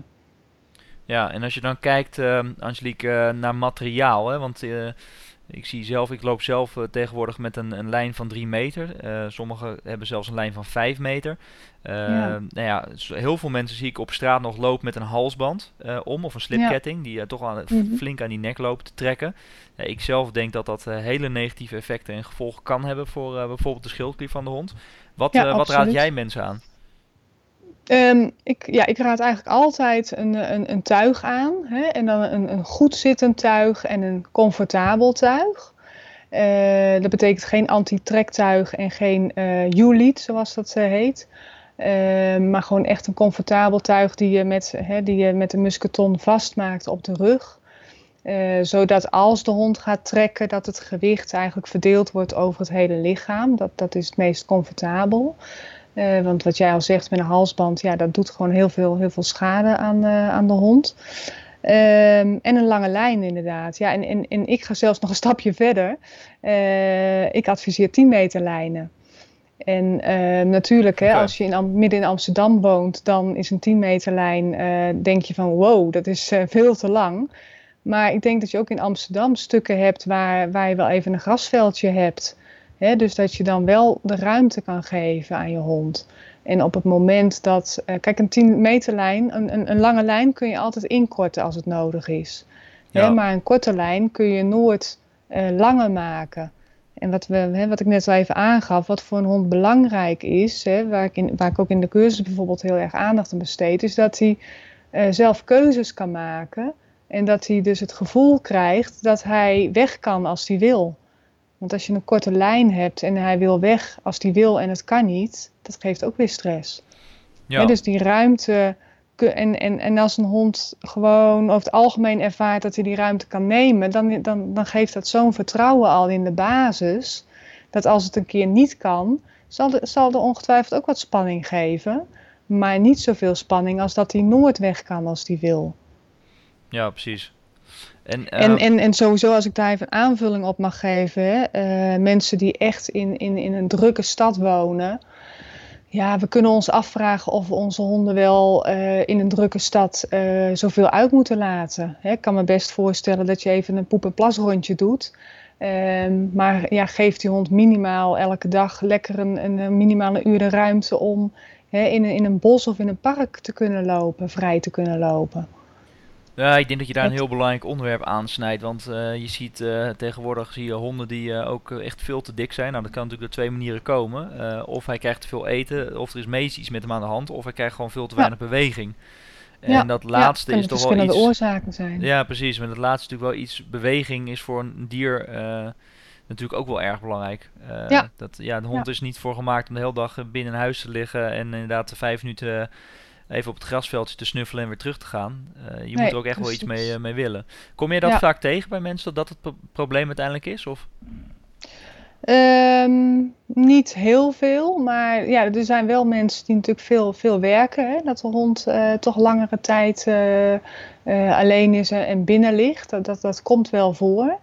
Ja, en als je dan kijkt, uh, Angelique, uh, naar materiaal. Hè, want uh, ik zie zelf, ik loop zelf uh, tegenwoordig met een, een lijn van drie meter. Uh, sommigen hebben zelfs een lijn van vijf meter. Uh, ja. Nou ja, heel veel mensen zie ik op straat nog lopen met een halsband uh, om of een slipketting. Ja. Die uh, toch aan, mm-hmm. flink aan die nek loopt te trekken. Uh, ik zelf denk dat dat uh, hele negatieve effecten en gevolgen kan hebben voor uh, bijvoorbeeld de schildklier van de hond. Wat, ja, uh, wat raad jij mensen aan?
Um, ik, ja, ik raad eigenlijk altijd een, een, een tuig aan. Hè? En dan een, een goed zittend tuig en een comfortabel tuig. Uh, dat betekent geen anti-trektuig en geen uh, U-lead, zoals dat uh, heet. Uh, maar gewoon echt een comfortabel tuig die je met, hè, die je met een musketon vastmaakt op de rug. Uh, zodat als de hond gaat trekken, dat het gewicht eigenlijk verdeeld wordt over het hele lichaam. Dat, dat is het meest comfortabel. Uh, want wat jij al zegt met een halsband, ja, dat doet gewoon heel veel, heel veel schade aan, uh, aan de hond. Um, en een lange lijn inderdaad. Ja, en, en, en ik ga zelfs nog een stapje verder. Uh, ik adviseer tien meter lijnen. En uh, natuurlijk, hè, okay. als je in, midden in Amsterdam woont, dan is een tien meter lijn, uh, denk je van wow, dat is uh, veel te lang. Maar ik denk dat je ook in Amsterdam stukken hebt waar, waar je wel even een grasveldje hebt. Hè, dus dat je dan wel de ruimte kan geven aan je hond. En op het moment dat... Uh, kijk, een tien meter lijn, een, een, een lange lijn kun je altijd inkorten als het nodig is. Ja. Hè, maar een korte lijn kun je nooit uh, langer maken. En wat, we, hè, wat ik net al even aangaf, wat voor een hond belangrijk is... Hè, waar, ik in, waar ik ook in de cursus bijvoorbeeld heel erg aandacht aan besteed... is dat hij uh, zelf keuzes kan maken... en dat hij dus het gevoel krijgt dat hij weg kan als hij wil... Want als je een korte lijn hebt en hij wil weg als hij wil en het kan niet, dat geeft ook weer stress. Ja. Ja, dus die ruimte, en, en, en als een hond gewoon over het algemeen ervaart dat hij die ruimte kan nemen, dan, dan, dan geeft dat zo'n vertrouwen al in de basis, dat als het een keer niet kan, zal er, zal er ongetwijfeld ook wat spanning geven. Maar niet zoveel spanning als dat hij nooit weg kan als hij wil.
Ja, precies. En, uh...
en, en, en sowieso, als ik daar even een aanvulling op mag geven, hè, uh, mensen die echt in, in, in een drukke stad wonen. Ja, we kunnen ons afvragen of we onze honden wel uh, in een drukke stad uh, zoveel uit moeten laten. Hè, ik kan me best voorstellen dat je even een poep- en plasrondje doet. Um, maar ja, geef die hond minimaal elke dag lekker een, een, een minimale uur de ruimte om hè, in, een, in een bos of in een park te kunnen lopen, vrij te kunnen lopen.
Ja, ik denk dat je daar een heel belangrijk onderwerp aansnijdt. Want uh, je ziet uh, tegenwoordig zie je honden die uh, ook uh, echt veel te dik zijn. Nou, dat kan natuurlijk door twee manieren komen. Uh, of hij krijgt te veel eten, of er is meestal iets met hem aan de hand, of hij krijgt gewoon veel te weinig ja. beweging. En
ja,
dat laatste
ja,
is toch wel iets...
verschillende oorzaken zijn.
Ja, precies. Maar dat laatste is natuurlijk wel iets... Beweging is voor een dier uh, natuurlijk ook wel erg belangrijk. Uh,
ja.
Dat, ja, de hond ja. is niet voor gemaakt om de hele dag binnen een huis te liggen en inderdaad vijf minuten... Uh, even op het grasveldje te snuffelen en weer terug te gaan. Uh, je nee, moet er ook echt precies. wel iets mee, uh, mee willen. Kom je dat ja. vaak tegen bij mensen, dat dat het pro- probleem uiteindelijk is? Of?
Um, niet heel veel, maar ja, er zijn wel mensen die natuurlijk veel, veel werken. Hè? Dat de hond uh, toch langere tijd uh, uh, alleen is en binnen ligt. Dat, dat, dat komt wel voor.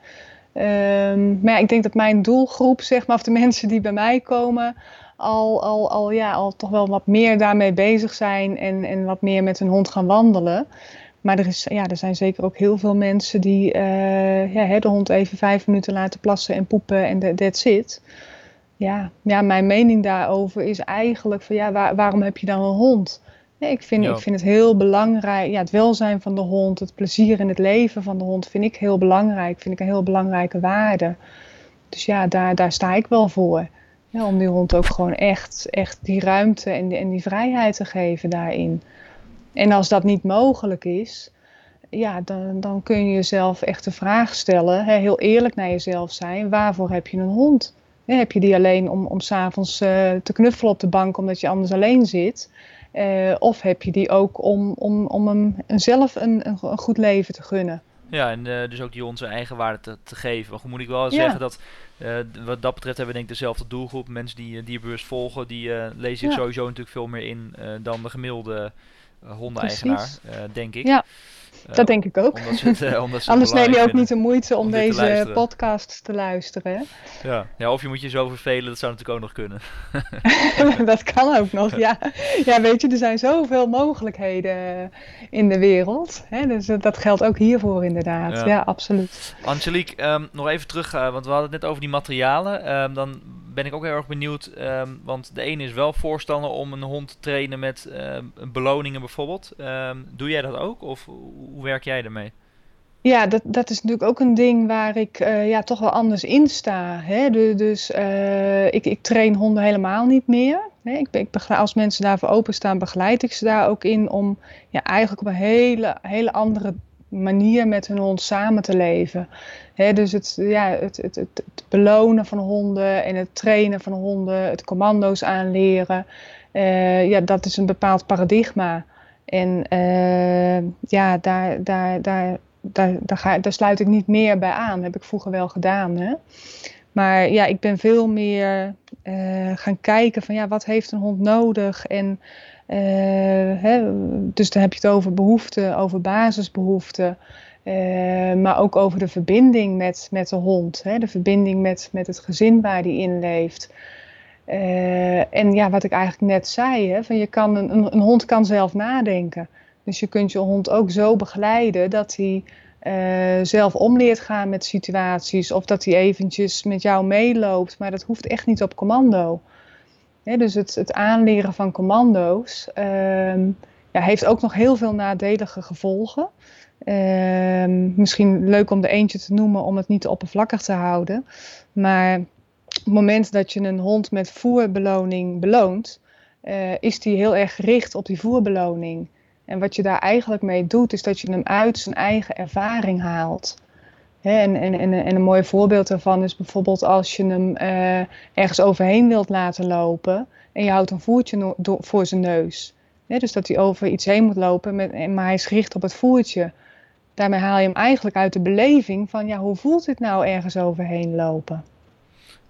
Um, maar ja, ik denk dat mijn doelgroep, zeg maar, of de mensen die bij mij komen... Al, al, al, ja, al toch wel wat meer daarmee bezig zijn en, en wat meer met hun hond gaan wandelen. Maar er, is, ja, er zijn zeker ook heel veel mensen die uh, ja, de hond even vijf minuten laten plassen en poepen en that's it. Ja, ja, mijn mening daarover is eigenlijk van ja, waar, waarom heb je dan een hond? Ja, ik, vind, ik vind het heel belangrijk, ja, het welzijn van de hond, het plezier in het leven van de hond vind ik heel belangrijk. Vind ik een heel belangrijke waarde. Dus ja, daar, daar sta ik wel voor. Ja, om die hond ook gewoon echt, echt die ruimte en die, en die vrijheid te geven daarin. En als dat niet mogelijk is, ja, dan, dan kun je jezelf echt de vraag stellen, hè, heel eerlijk naar jezelf zijn, waarvoor heb je een hond? Hè, heb je die alleen om, om 's avonds uh, te knuffelen op de bank omdat je anders alleen zit? Uh, of heb je die ook om, om, om hem zelf een, een, een goed leven te gunnen?
Ja, en uh, dus ook die onze eigen waarde te, te geven. Maar goed, moet ik wel
ja.
zeggen dat uh, wat dat betreft hebben we denk ik dezelfde doelgroep. Mensen die uh, dierbewust volgen, die uh, lezen zich ja. sowieso natuurlijk veel meer in uh, dan de gemiddelde uh, hondeneigenaar, uh, denk ik.
Ja, uh, dat denk ik ook.
Omdat ze het, uh, omdat ze
Anders neem je ook
vinden,
niet de moeite om, om deze
te
podcasts te luisteren. Hè?
Ja. ja, of je moet je zo vervelen, dat zou natuurlijk ook nog kunnen.
Dat kan ook nog, ja. Ja, weet je, er zijn zoveel mogelijkheden in de wereld. Hè? Dus uh, dat geldt ook hiervoor inderdaad. Ja, ja absoluut.
Angelique, um, nog even terug, uh, want we hadden het net over die materialen. Um, dan ben ik ook heel erg benieuwd, um, want de ene is wel voorstander om een hond te trainen met uh, beloningen bijvoorbeeld. Um, doe jij dat ook of hoe werk jij daarmee?
Ja, dat, dat is natuurlijk ook een ding waar ik uh, ja, toch wel anders in sta. Hè? De, dus uh, ik, ik train honden helemaal niet meer. Hè? Ik, ik begeleid, als mensen daarvoor openstaan, begeleid ik ze daar ook in om ja, eigenlijk op een hele, hele andere manier met hun hond samen te leven. Hè? Dus het, ja, het, het, het, het belonen van honden en het trainen van honden, het commando's aanleren. Uh, ja, dat is een bepaald paradigma. En uh, ja, daar... daar, daar Daar, daar, ga, daar sluit ik niet meer bij aan. Dat heb ik vroeger wel gedaan. Hè? Maar ja, ik ben veel meer uh, gaan kijken van ja, wat heeft een hond nodig? En uh, hè, dus dan heb je het over behoeften, over basisbehoeften. Uh, maar ook over de verbinding met, met de hond. Hè? De verbinding met, met het gezin waar die in leeft. Uh, en ja, wat ik eigenlijk net zei. Hè, van je kan een, een, een hond kan zelf nadenken. Dus je kunt je hond ook zo begeleiden dat hij uh, zelf om leert gaan met situaties. Of dat hij eventjes met jou meeloopt. Maar dat hoeft echt niet op commando. He, dus het, het aanleren van commando's uh, ja, heeft ook nog heel veel nadelige gevolgen. Uh, misschien leuk om er eentje te noemen om het niet te oppervlakkig te houden. Maar op het moment dat je een hond met voerbeloning beloont, uh, is die heel erg gericht op die voerbeloning. En wat je daar eigenlijk mee doet, is dat je hem uit zijn eigen ervaring haalt. He, en, en, en, en een mooi voorbeeld daarvan is bijvoorbeeld als je hem uh, ergens overheen wilt laten lopen en je houdt een voertje no- do- voor zijn neus. He, dus dat hij over iets heen moet lopen, met, maar hij is gericht op het voertje. Daarmee haal je hem eigenlijk uit de beleving van, ja, hoe voelt dit nou ergens overheen lopen?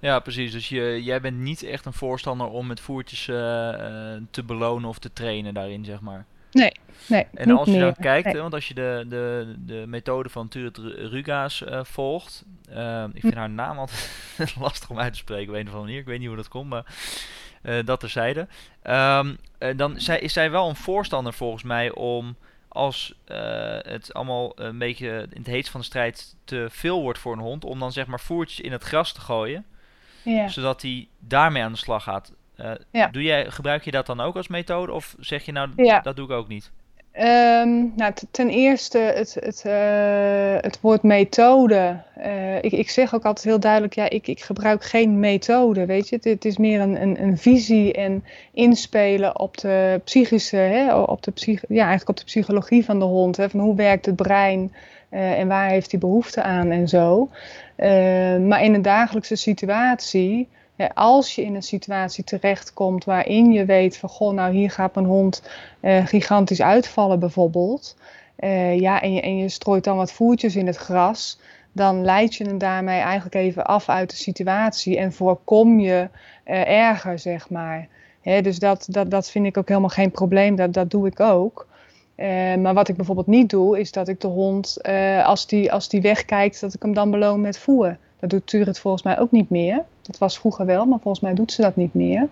Ja, precies. Dus je, jij bent niet echt een voorstander om met voertjes uh, uh, te belonen of te trainen daarin, zeg maar.
Nee, nee,
En
niet
als je
meer.
dan kijkt,
Nee.
hè, want als je de, de, de methode van Turit Rugaas uh, volgt, uh, ik vind haar naam altijd lastig om uit te spreken op een of andere manier. Ik weet niet hoe dat komt, maar uh, dat terzijde. Um, uh, dan zij, is zij wel een voorstander volgens mij om, als uh, het allemaal een beetje in het heetst van de strijd te veel wordt voor een hond, om dan zeg maar voertjes in het gras te gooien,
Ja.
zodat hij daarmee aan de slag gaat. Uh,
Ja.
doe jij, gebruik je dat dan ook als methode of zeg je nou,
Ja.
dat doe ik ook niet?
Um, nou, t- ten eerste het, het, uh, het woord methode. Uh, ik, ik zeg ook altijd heel duidelijk, ja, ik, ik gebruik geen methode, weet je. Het, het is meer een, een, een visie en inspelen op de psychische, hè, op de psych- ja, eigenlijk op de psychologie van de hond. Hè, van hoe werkt het brein uh, en waar heeft hij behoefte aan en zo. Uh, maar in een dagelijkse situatie, ja, als je in een situatie terechtkomt waarin je weet van, goh, nou hier gaat mijn hond uh, gigantisch uitvallen bijvoorbeeld. Uh, ja, en je, en je strooit dan wat voertjes in het gras, dan leid je hem daarmee eigenlijk even af uit de situatie en voorkom je uh, erger, zeg maar. Hè, dus dat, dat, dat vind ik ook helemaal geen probleem, dat, dat doe ik ook. Uh, maar wat ik bijvoorbeeld niet doe, is dat ik de hond, uh, als die, als die wegkijkt, dat ik hem dan beloon met voer. Dat doet Turit volgens mij ook niet meer. Dat was vroeger wel, maar volgens mij doet ze dat niet meer.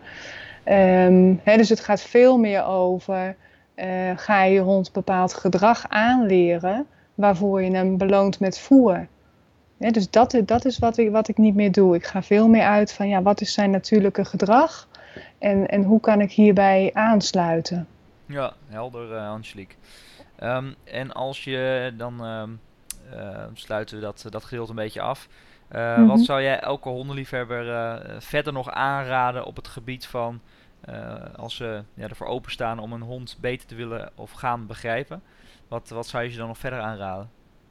Um, hè, dus het gaat veel meer over, uh, ga je je hond bepaald gedrag aanleren, waarvoor je hem beloont met voer. Hè, dus dat, dat is wat ik, wat ik niet meer doe. Ik ga veel meer uit van, ja, wat is zijn natuurlijke gedrag en, en hoe kan ik hierbij aansluiten.
Ja, helder, uh, Angelique. Um, en als je dan um, uh, sluiten we dat, dat gedeelte een beetje af. Uh, mm-hmm. Wat zou jij elke hondenliefhebber uh, verder nog aanraden op het gebied van uh, als ze ja, ervoor openstaan om een hond beter te willen of gaan begrijpen? Wat, wat zou je ze dan nog verder aanraden?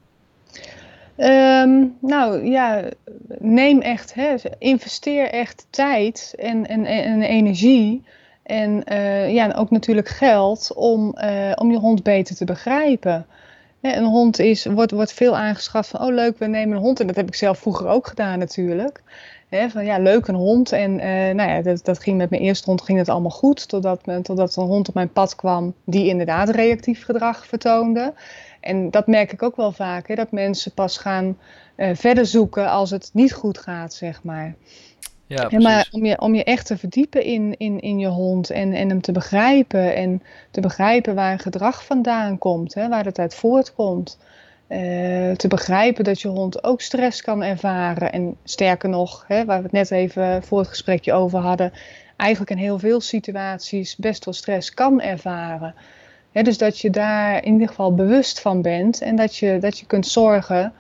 Um, nou ja, neem echt, hè, investeer echt tijd en, en, en energie. En uh, ja, ook natuurlijk geld om, uh, om je hond beter te begrijpen. Ja, een hond is, wordt, wordt veel aangeschaft van, oh leuk, we nemen een hond. En dat heb ik zelf vroeger ook gedaan natuurlijk. He, van ja, leuk een hond. En uh, nou ja, dat, dat ging met mijn eerste hond ging het allemaal goed. Totdat, me, totdat een hond op mijn pad kwam die inderdaad reactief gedrag vertoonde. En dat merk ik ook wel vaak, hè, dat mensen pas gaan uh, verder zoeken als het niet goed gaat, zeg maar.
Ja,
ja, maar om je, om je echt te verdiepen in, in, in je hond en, en hem te begrijpen en te begrijpen waar een gedrag vandaan komt, hè, waar het uit voortkomt. Uh, te begrijpen dat je hond ook stress kan ervaren en sterker nog, hè, waar we het net even voor het gesprekje over hadden, eigenlijk in heel veel situaties best wel stress kan ervaren. Hè, dus dat je daar in ieder geval bewust van bent en dat je, dat je kunt zorgen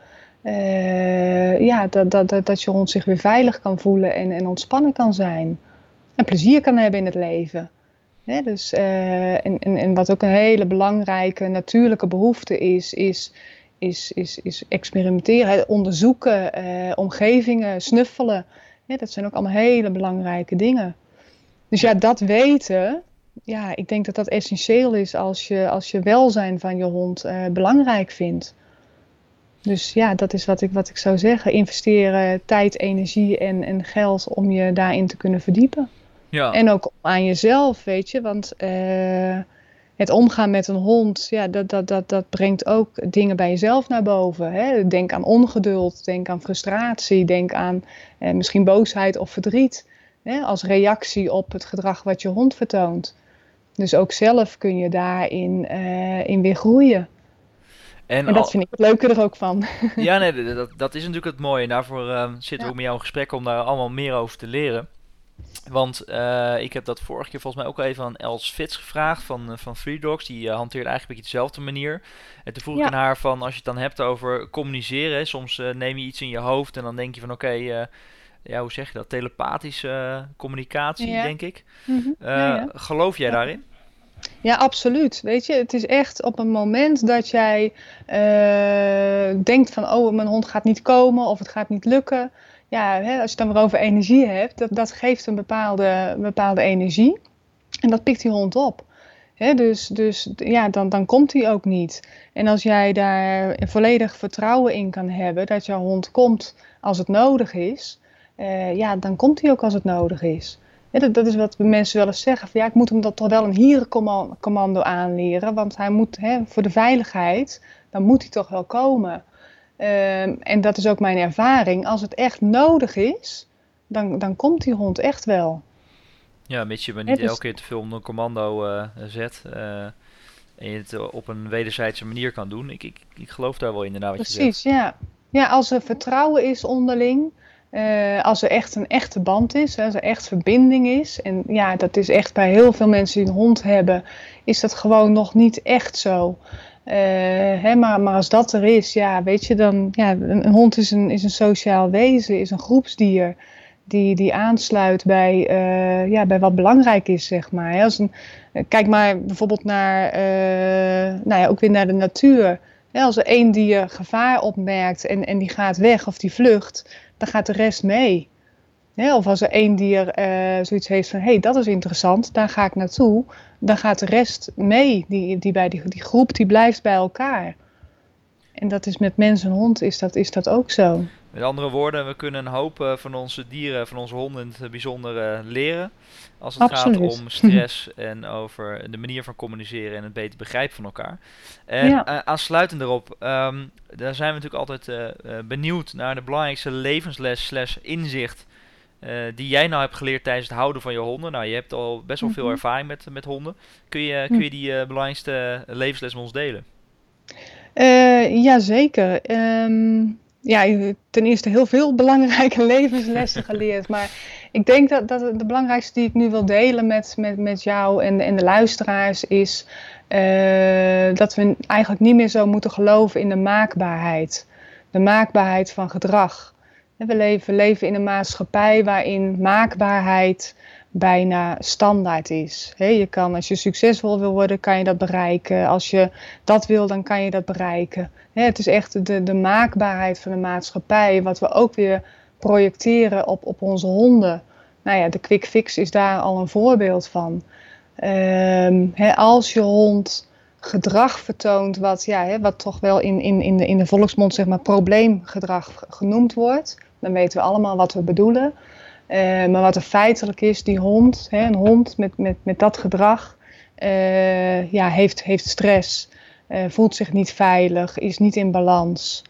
Uh, ja, dat, dat, dat, dat je hond zich weer veilig kan voelen en, en ontspannen kan zijn. En plezier kan hebben in het leven. Hè, dus, uh, en, en, en wat ook een hele belangrijke natuurlijke behoefte is, is, is, is, is experimenteren, onderzoeken, uh, omgevingen, snuffelen. Ja, dat zijn ook allemaal hele belangrijke dingen. Dus ja, dat weten, ja, ik denk dat dat essentieel is als je, als je welzijn van je hond uh, belangrijk vindt. Dus ja, dat is wat ik, wat ik zou zeggen. Investeren tijd, energie en, en geld om je daarin te kunnen verdiepen.
Ja.
En ook aan jezelf, weet je. Want uh, het omgaan met een hond, ja, dat, dat, dat, dat brengt ook dingen bij jezelf naar boven. Hè? Denk aan ongeduld, denk aan frustratie, denk aan uh, misschien boosheid of verdriet. Hè? Als reactie op het gedrag wat je hond vertoont. Dus ook zelf kun je daarin uh, in weer groeien. En, en dat al... vind ik het leuke er ook van.
Ja, nee, dat, dat is natuurlijk het mooie. En daarvoor uh, zitten we ja. ook met jou in gesprek om daar allemaal meer over te leren. Want uh, ik heb dat vorige keer volgens mij ook al even aan Els Fitz gevraagd van, uh, van Free Dogs. Die uh, hanteert eigenlijk een beetje dezelfde manier. En toen vroeg ja. ik aan haar van, als je het dan hebt over communiceren. Hè, soms uh, neem je iets in je hoofd en dan denk je van oké, okay, uh, ja, hoe zeg je dat? Telepathische uh, communicatie, ja. denk ik.
Mm-hmm.
Uh,
ja, ja.
Geloof jij ja. daarin?
Ja, absoluut. Weet je, het is echt op een moment dat jij uh, denkt van, oh, mijn hond gaat niet komen of het gaat niet lukken. Ja, hè, als je het dan weer over energie hebt, dat, dat geeft een bepaalde, een bepaalde energie. En dat pikt die hond op. Hè, dus dus ja, dan, dan komt hij ook niet. En als jij daar volledig vertrouwen in kan hebben dat jouw hond komt als het nodig is, uh, ja, dan komt hij ook als het nodig is. Ja, dat, dat is wat mensen wel eens zeggen. Van, ja, ik moet hem dat toch wel een hierencommando aanleren. Want hij moet, hè, voor de veiligheid, dan moet hij toch wel komen. Uh, en dat is ook mijn ervaring. Als het echt nodig is, dan, dan komt die hond echt wel.
Ja, mits je maar niet
ja, dus...
elke keer te veel onder commando uh, zet. Uh, en je het op een wederzijdse manier kan doen. Ik, ik, ik geloof daar wel inderdaad wat
Precies,
je zegt.
ja. Ja, als er vertrouwen is onderling. Uh, als er echt een echte band is, hè, als er echt verbinding is. En ja, dat is echt bij heel veel mensen die een hond hebben, is dat gewoon nog niet echt zo. Uh, hè, maar, maar als dat er is, ja, weet je, dan, ja, een, een hond is een, is een sociaal wezen, is een groepsdier. Die, die aansluit bij, uh, ja, bij wat belangrijk is, zeg maar. Hè, als een, kijk maar bijvoorbeeld naar, uh, nou ja, ook weer naar de natuur. Hè, als er één dier gevaar opmerkt en, en die gaat weg of die vlucht, dan gaat de rest mee. Ja, of als er één dier uh, zoiets heeft van, hé, hey, dat is interessant, daar ga ik naartoe. Dan gaat de rest mee. Die, die, bij die, die groep die blijft bij elkaar. En dat is met mens en hond is dat, is dat ook zo.
Met andere woorden, we kunnen een hoop uh, van onze dieren, van onze honden in het bijzonder uh, leren. Als het
Absoluut.
gaat om stress en over de manier van communiceren en het beter begrijpen van elkaar. En
ja.
uh, aansluitend daarop, um, daar zijn we natuurlijk altijd uh, uh, benieuwd naar de belangrijkste levensles slash inzicht uh, die jij nou hebt geleerd tijdens het houden van je honden. Nou, je hebt al best wel veel
Mm-hmm.
ervaring met, met honden. Kun je, kun je die uh, belangrijkste levensles met ons delen?
Uh, Jazeker. Um, ja, ten eerste heel veel belangrijke levenslessen geleerd. Maar ik denk dat, dat de belangrijkste die ik nu wil delen met, met, met jou en, en de luisteraars is uh, dat we eigenlijk niet meer zo moeten geloven in de maakbaarheid. De maakbaarheid van gedrag. We leven, we leven in een maatschappij waarin maakbaarheid bijna standaard is. He, je kan, als je succesvol wil worden, kan je dat bereiken. Als je dat wil, dan kan je dat bereiken. He, het is echt de, de maakbaarheid van de maatschappij, wat we ook weer projecteren op, op onze honden. Nou ja, de quick fix is daar al een voorbeeld van. Um, he, als je hond gedrag vertoont, wat, ja, he, wat toch wel in, in, in, de, in de volksmond zeg maar probleemgedrag genoemd wordt, dan weten we allemaal wat we bedoelen. Uh, maar wat er feitelijk is, die hond, hè, een hond met, met, met dat gedrag, uh, ja, heeft, heeft stress, uh, voelt zich niet veilig, is niet in balans.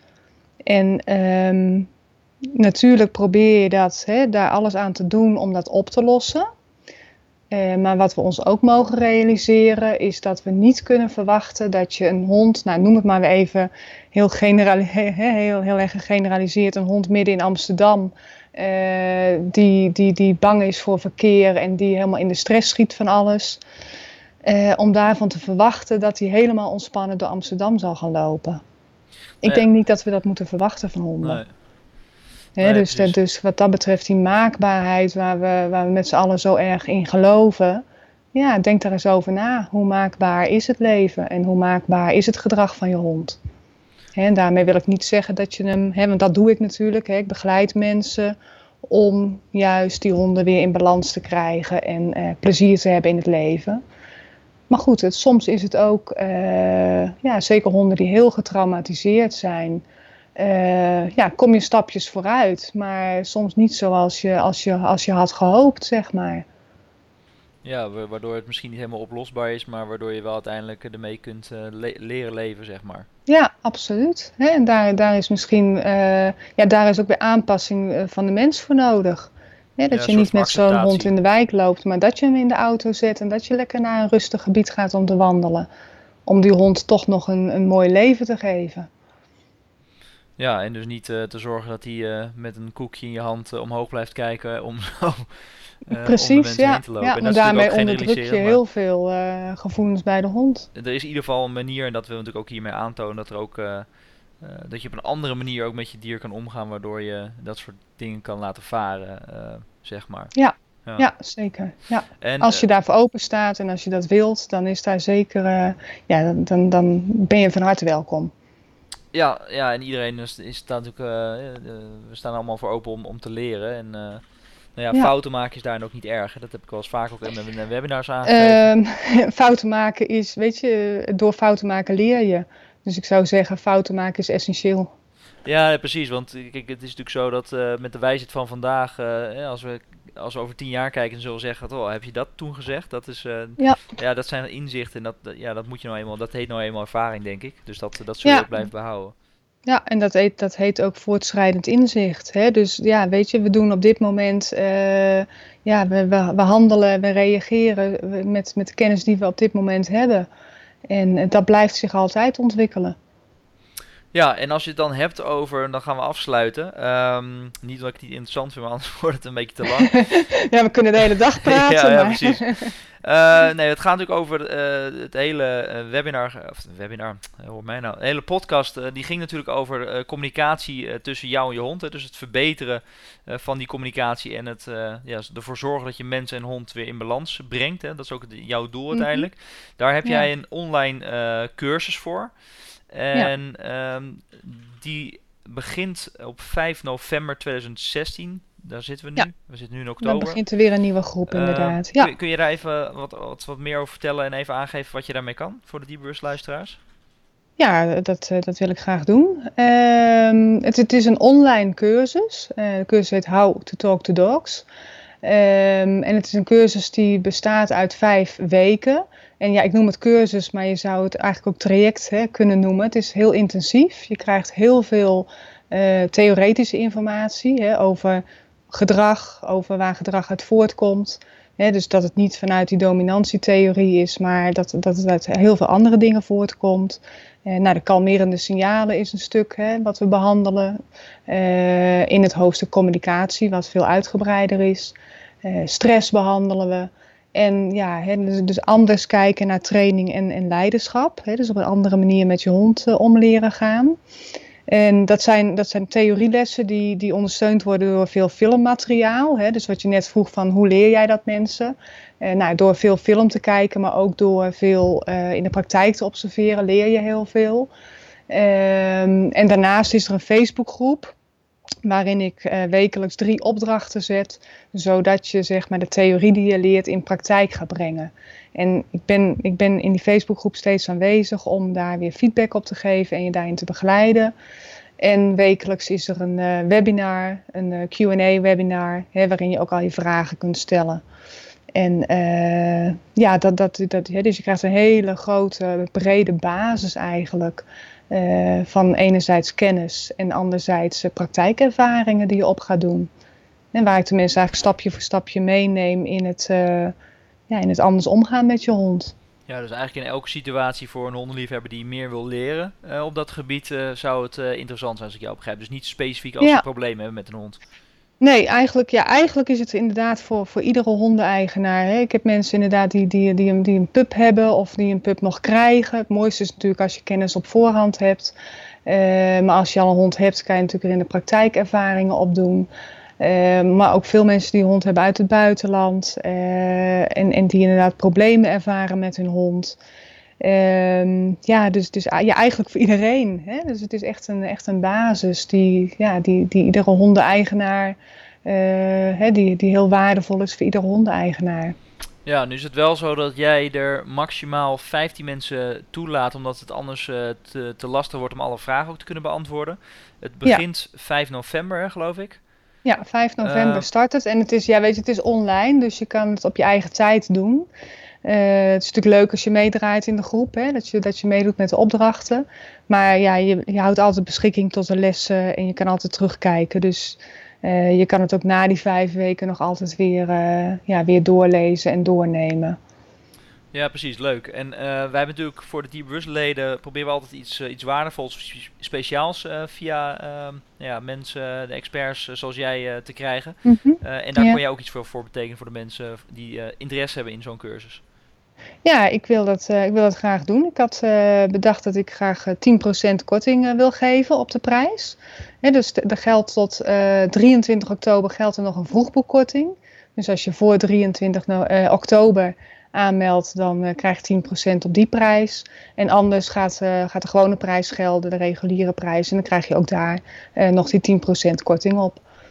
En um, natuurlijk probeer je dat, hè, daar alles aan te doen om dat op te lossen. Uh, maar wat we ons ook mogen realiseren is dat we niet kunnen verwachten dat je een hond, nou noem het maar weer even heel, generali- heel, heel erg gegeneraliseerd, een hond midden in Amsterdam, Uh, die, die, die bang is voor verkeer en die helemaal in de stress schiet van alles. Uh, om daarvan te verwachten dat hij helemaal ontspannen door Amsterdam zal gaan lopen. Ik
nee.
denk niet dat we dat moeten verwachten van honden.
Nee.
He,
nee,
dus, de, dus wat dat betreft die maakbaarheid waar we, waar we met z'n allen zo erg in geloven. Ja, denk daar eens over na. Hoe maakbaar is het leven en hoe maakbaar is het gedrag van je hond? He, en daarmee wil ik niet zeggen dat je hem, he, want dat doe ik natuurlijk. He, ik begeleid mensen om juist die honden weer in balans te krijgen en uh, plezier te hebben in het leven. Maar goed, het, soms is het ook, uh, ja, zeker honden die heel getraumatiseerd zijn, uh, ja, kom je stapjes vooruit, maar soms niet zoals je, als je, als je had gehoopt, zeg maar.
Ja, waardoor het misschien niet helemaal oplosbaar is, maar waardoor je wel uiteindelijk ermee kunt uh, le- leren leven, zeg maar.
Ja, absoluut. He, en daar, daar is misschien, uh, ja, daar is ook weer aanpassing uh, van de mens voor nodig. He, dat
ja,
je niet met zo'n hond in de wijk loopt, maar dat je hem in de auto zet en dat je lekker naar een rustig gebied gaat om te wandelen. Om die hond toch nog een, een mooi leven te geven.
Ja, en dus niet uh, te zorgen dat hij uh, met een koekje in je hand uh, omhoog blijft kijken om zo uh,
Precies,
om
ja.
te lopen.
Ja,
en
maar
dat
daarmee
ook
onderdruk je heel veel uh, gevoelens bij de hond.
Er is in ieder geval een manier, en dat willen we natuurlijk ook hiermee aantonen, dat er ook uh, uh, dat je op een andere manier ook met je dier kan omgaan, waardoor je dat soort dingen kan laten varen, uh, zeg maar.
Ja, ja. ja zeker. Ja.
En,
als je uh, daarvoor open staat en als je dat wilt, dan is daar zeker, uh, ja, dan, dan, dan ben je van harte welkom.
Ja, ja, en iedereen is, is staat natuurlijk, uh, uh, we staan allemaal voor open om, om te leren. En uh, nou ja, ja, fouten maken is daar ook niet erg. Dat heb ik wel eens vaak ook in mijn webinars aangegeven.
Uh, fouten maken is, weet je, door fouten maken leer je. Dus ik zou zeggen, fouten maken is essentieel.
Ja, precies. Want kijk, het is natuurlijk zo dat uh, met de wijsheid van vandaag, uh, als, we, als we over tien jaar kijken, dan zullen we zeggen, oh, heb je dat toen gezegd? Dat is, uh, ja. ja, dat zijn inzichten en dat, dat, ja, dat moet je nou eenmaal, dat heet nou eenmaal ervaring, denk ik. Dus dat, dat zul je ja. ook blijven behouden.
Ja, en dat heet, dat heet ook voortschrijdend inzicht. Hè? Dus ja, weet je, we doen op dit moment, uh, ja, we, we, we handelen, we reageren met, met de kennis die we op dit moment hebben. En uh, dat blijft zich altijd ontwikkelen.
Ja, en als je het dan hebt over, dan gaan we afsluiten. Um, niet dat ik het niet interessant vind, maar anders wordt het een beetje te lang.
Ja, we kunnen de hele dag praten.
ja,
maar...
ja, precies. Uh, nee, het gaat natuurlijk over uh, het hele uh, webinar, of webinar, hoor mij nou, de hele podcast, uh, die ging natuurlijk over uh, communicatie uh, tussen jou en je hond. Hè, dus het verbeteren uh, van die communicatie en het uh, ja, ervoor zorgen dat je mens en hond weer in balans brengt. Hè. Dat is ook het, jouw doel uiteindelijk. Mm-hmm. Daar heb ja. jij een online uh, cursus voor. En ja. um, die begint op vijf november tweeduizend zestien. Daar zitten we nu. Ja. We zitten nu in oktober.
Dan begint er weer een nieuwe groep, inderdaad.
Uh,
ja.
kun, kun je daar even wat, wat, wat meer over vertellen en even aangeven wat je daarmee kan voor de Dierbewust luisteraars?
Ja, dat, uh, dat wil ik graag doen. Uh, het, het is een online cursus. Uh, de cursus heet How to Talk to Dogs. Um, en het is een cursus die bestaat uit vijf weken. En ja, ik noem het cursus, maar je zou het eigenlijk ook traject hè, kunnen noemen. Het is heel intensief. Je krijgt heel veel uh, theoretische informatie hè, over gedrag, over waar gedrag uit voortkomt. Hè, dus dat het niet vanuit die dominantietheorie is, maar dat, dat het uit heel veel andere dingen voortkomt. Uh, nou, de kalmerende signalen is een stuk hè, wat we behandelen. Uh, in het hoofdstuk communicatie, wat veel uitgebreider is. Uh, stress behandelen we. En ja, hè, dus, dus anders kijken naar training en, en leiderschap. Hè, dus op een andere manier met je hond uh, om leren gaan. En dat zijn, dat zijn theorielessen die, die ondersteund worden door veel filmmateriaal. Hè, dus wat je net vroeg van hoe leer jij dat mensen? Uh, nou, door veel film te kijken, maar ook door veel uh, in de praktijk te observeren leer je heel veel. Um, en daarnaast is er een Facebookgroep waarin ik uh, wekelijks drie opdrachten zet, zodat je zeg maar, de theorie die je leert in praktijk gaat brengen. En ik ben, ik ben in die Facebookgroep steeds aanwezig om daar weer feedback op te geven en je daarin te begeleiden. En wekelijks is er een uh, webinar, een uh, Q en A webinar, hè, waarin je ook al je vragen kunt stellen. En uh, ja, dat, dat, dat, hè, dus je krijgt een hele grote, brede basis eigenlijk. Uh, van enerzijds kennis en anderzijds uh, praktijkervaringen die je op gaat doen. En waar ik tenminste eigenlijk stapje voor stapje meeneem in het, uh, ja, in het anders omgaan met je hond.
Ja, dus eigenlijk in elke situatie voor een hondenliefhebber die meer wil leren uh, op dat gebied uh, zou het uh, interessant zijn als ik jou begrijp. Dus niet specifiek als ja. ze problemen hebben met een hond.
Nee, eigenlijk, ja, eigenlijk is het inderdaad voor, voor iedere hondeneigenaar. Hè. Ik heb mensen inderdaad die, die, die, een, die een pup hebben of die een pup nog krijgen. Het mooiste is natuurlijk als je kennis op voorhand hebt. Uh, maar als je al een hond hebt, kan je natuurlijk er in de praktijk ervaringen opdoen. Uh, maar ook veel mensen die een hond hebben uit het buitenland. Uh, en, en die inderdaad problemen ervaren met hun hond. Um, ja, dus, dus ja, eigenlijk voor iedereen. Hè? Dus het is echt een, echt een basis die, ja, die, die iedere hondeneigenaar, uh, hè, die, die heel waardevol is voor iedere hondeneigenaar.
Ja, nu is het wel zo dat jij er maximaal vijftien mensen toelaat, omdat het anders uh, te, te lastig wordt om alle vragen ook te kunnen beantwoorden. Het begint ja. vijf november, hè, geloof ik.
Ja, vijf november uh, start het. En het is, ja, weet je, het is online, dus je kan het op je eigen tijd doen. Uh, het is natuurlijk leuk als je meedraait in de groep, hè, dat je, dat je meedoet met de opdrachten. Maar ja, je, je houdt altijd beschikking tot de lessen en je kan altijd terugkijken. Dus uh, je kan het ook na die vijf weken nog altijd weer, uh, ja, weer doorlezen en doornemen.
Ja, precies. Leuk. En uh, wij hebben natuurlijk voor de Dierbewustleden proberen we altijd iets, uh, iets waardevols, speciaals uh, via uh, ja, mensen, de experts uh, zoals jij uh, te krijgen. Mm-hmm. Uh, en daar ja. kon jij ook iets voor, voor betekenen voor de mensen die uh, interesse hebben in zo'n cursus.
Ja, ik wil dat, uh, ik wil dat graag doen. Ik had uh, bedacht dat ik graag uh, tien procent korting uh, wil geven op de prijs. He, dus er geldt tot uh, drieëntwintig oktober geldt er nog een vroegboekkorting. Dus als je voor drieëntwintig oktober aanmeldt, dan uh, krijg je tien procent op die prijs. En anders gaat, uh, gaat de gewone prijs gelden, de reguliere prijs. En dan krijg je ook daar uh, nog die tien procent korting op.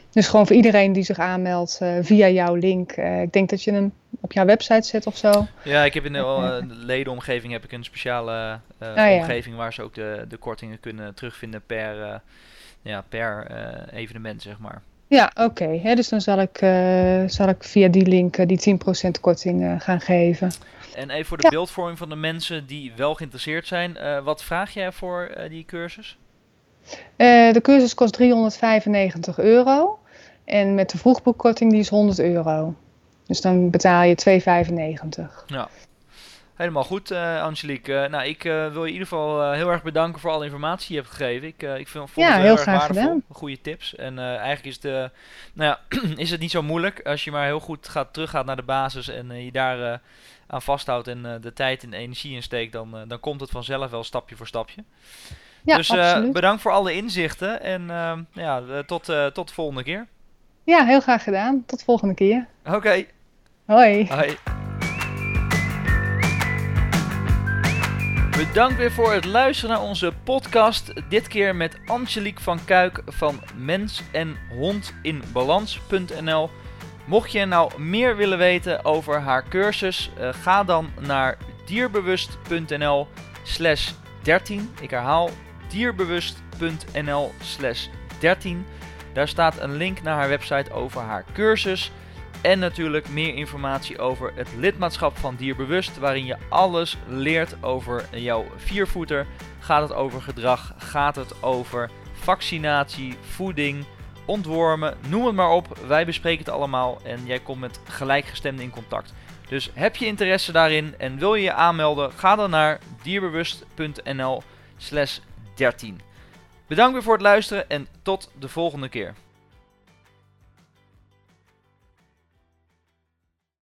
Dus gewoon voor iedereen die zich aanmeldt uh, via jouw link. Uh, ik denk dat je hem op jouw website zet of zo.
Ja, ik heb in de uh, ledenomgeving heb ik een speciale uh,
ah,
omgeving ja. waar ze ook de, de kortingen kunnen terugvinden per, uh, ja, per uh, evenement, zeg maar.
Ja, oké. Okay. Dus dan zal ik, uh, zal ik via die link uh, die tien procent korting uh, gaan geven.
En even voor de
ja.
beeldvorming van de mensen die wel geïnteresseerd zijn. Uh, wat vraag jij voor uh, die cursus?
Uh, de cursus kost driehonderdvijfennegentig euro. En met de vroegboekkorting die is honderd euro. Dus dan betaal je twee vijfennegentig.
Ja. Helemaal goed, uh, Angelique. Uh, nou, ik uh, wil je in ieder geval uh, heel erg bedanken voor alle informatie die je hebt gegeven. Ik, uh, ik vind, vond
ja,
het
heel,
heel
heel
erg waardevol.
Gedaan.
Goede tips. En uh, eigenlijk is, de, nou ja, is het niet zo moeilijk als je maar heel goed gaat, teruggaat naar de basis en uh, je daar uh, aan vasthoudt en uh, de tijd en energie in steekt, dan, uh, dan komt het vanzelf wel stapje voor stapje.
Ja,
dus uh, bedankt voor alle inzichten en uh, ja, uh, tot, uh, tot de volgende keer.
Ja, heel graag gedaan. Tot de volgende keer.
Oké. Okay.
Hoi.
Hoi. Bedankt weer voor het luisteren naar onze podcast. Dit keer met Angelique van Kuik van mens en hond in balans punt n l. Mocht je nou meer willen weten over haar cursus, uh, ga dan naar dierbewust punt n l slash dertien. Ik herhaal dierbewust punt n l slash dertien. Daar staat een link naar haar website over haar cursus. En natuurlijk meer informatie over het lidmaatschap van Dierbewust, waarin je alles leert over jouw viervoeter. Gaat het over gedrag, gaat het over vaccinatie, voeding, ontwormen, noem het maar op. Wij bespreken het allemaal en jij komt met gelijkgestemden in contact. Dus heb je interesse daarin en wil je je aanmelden, ga dan naar dierbewust punt n l slash dertien. Bedankt weer voor het luisteren en tot de volgende keer.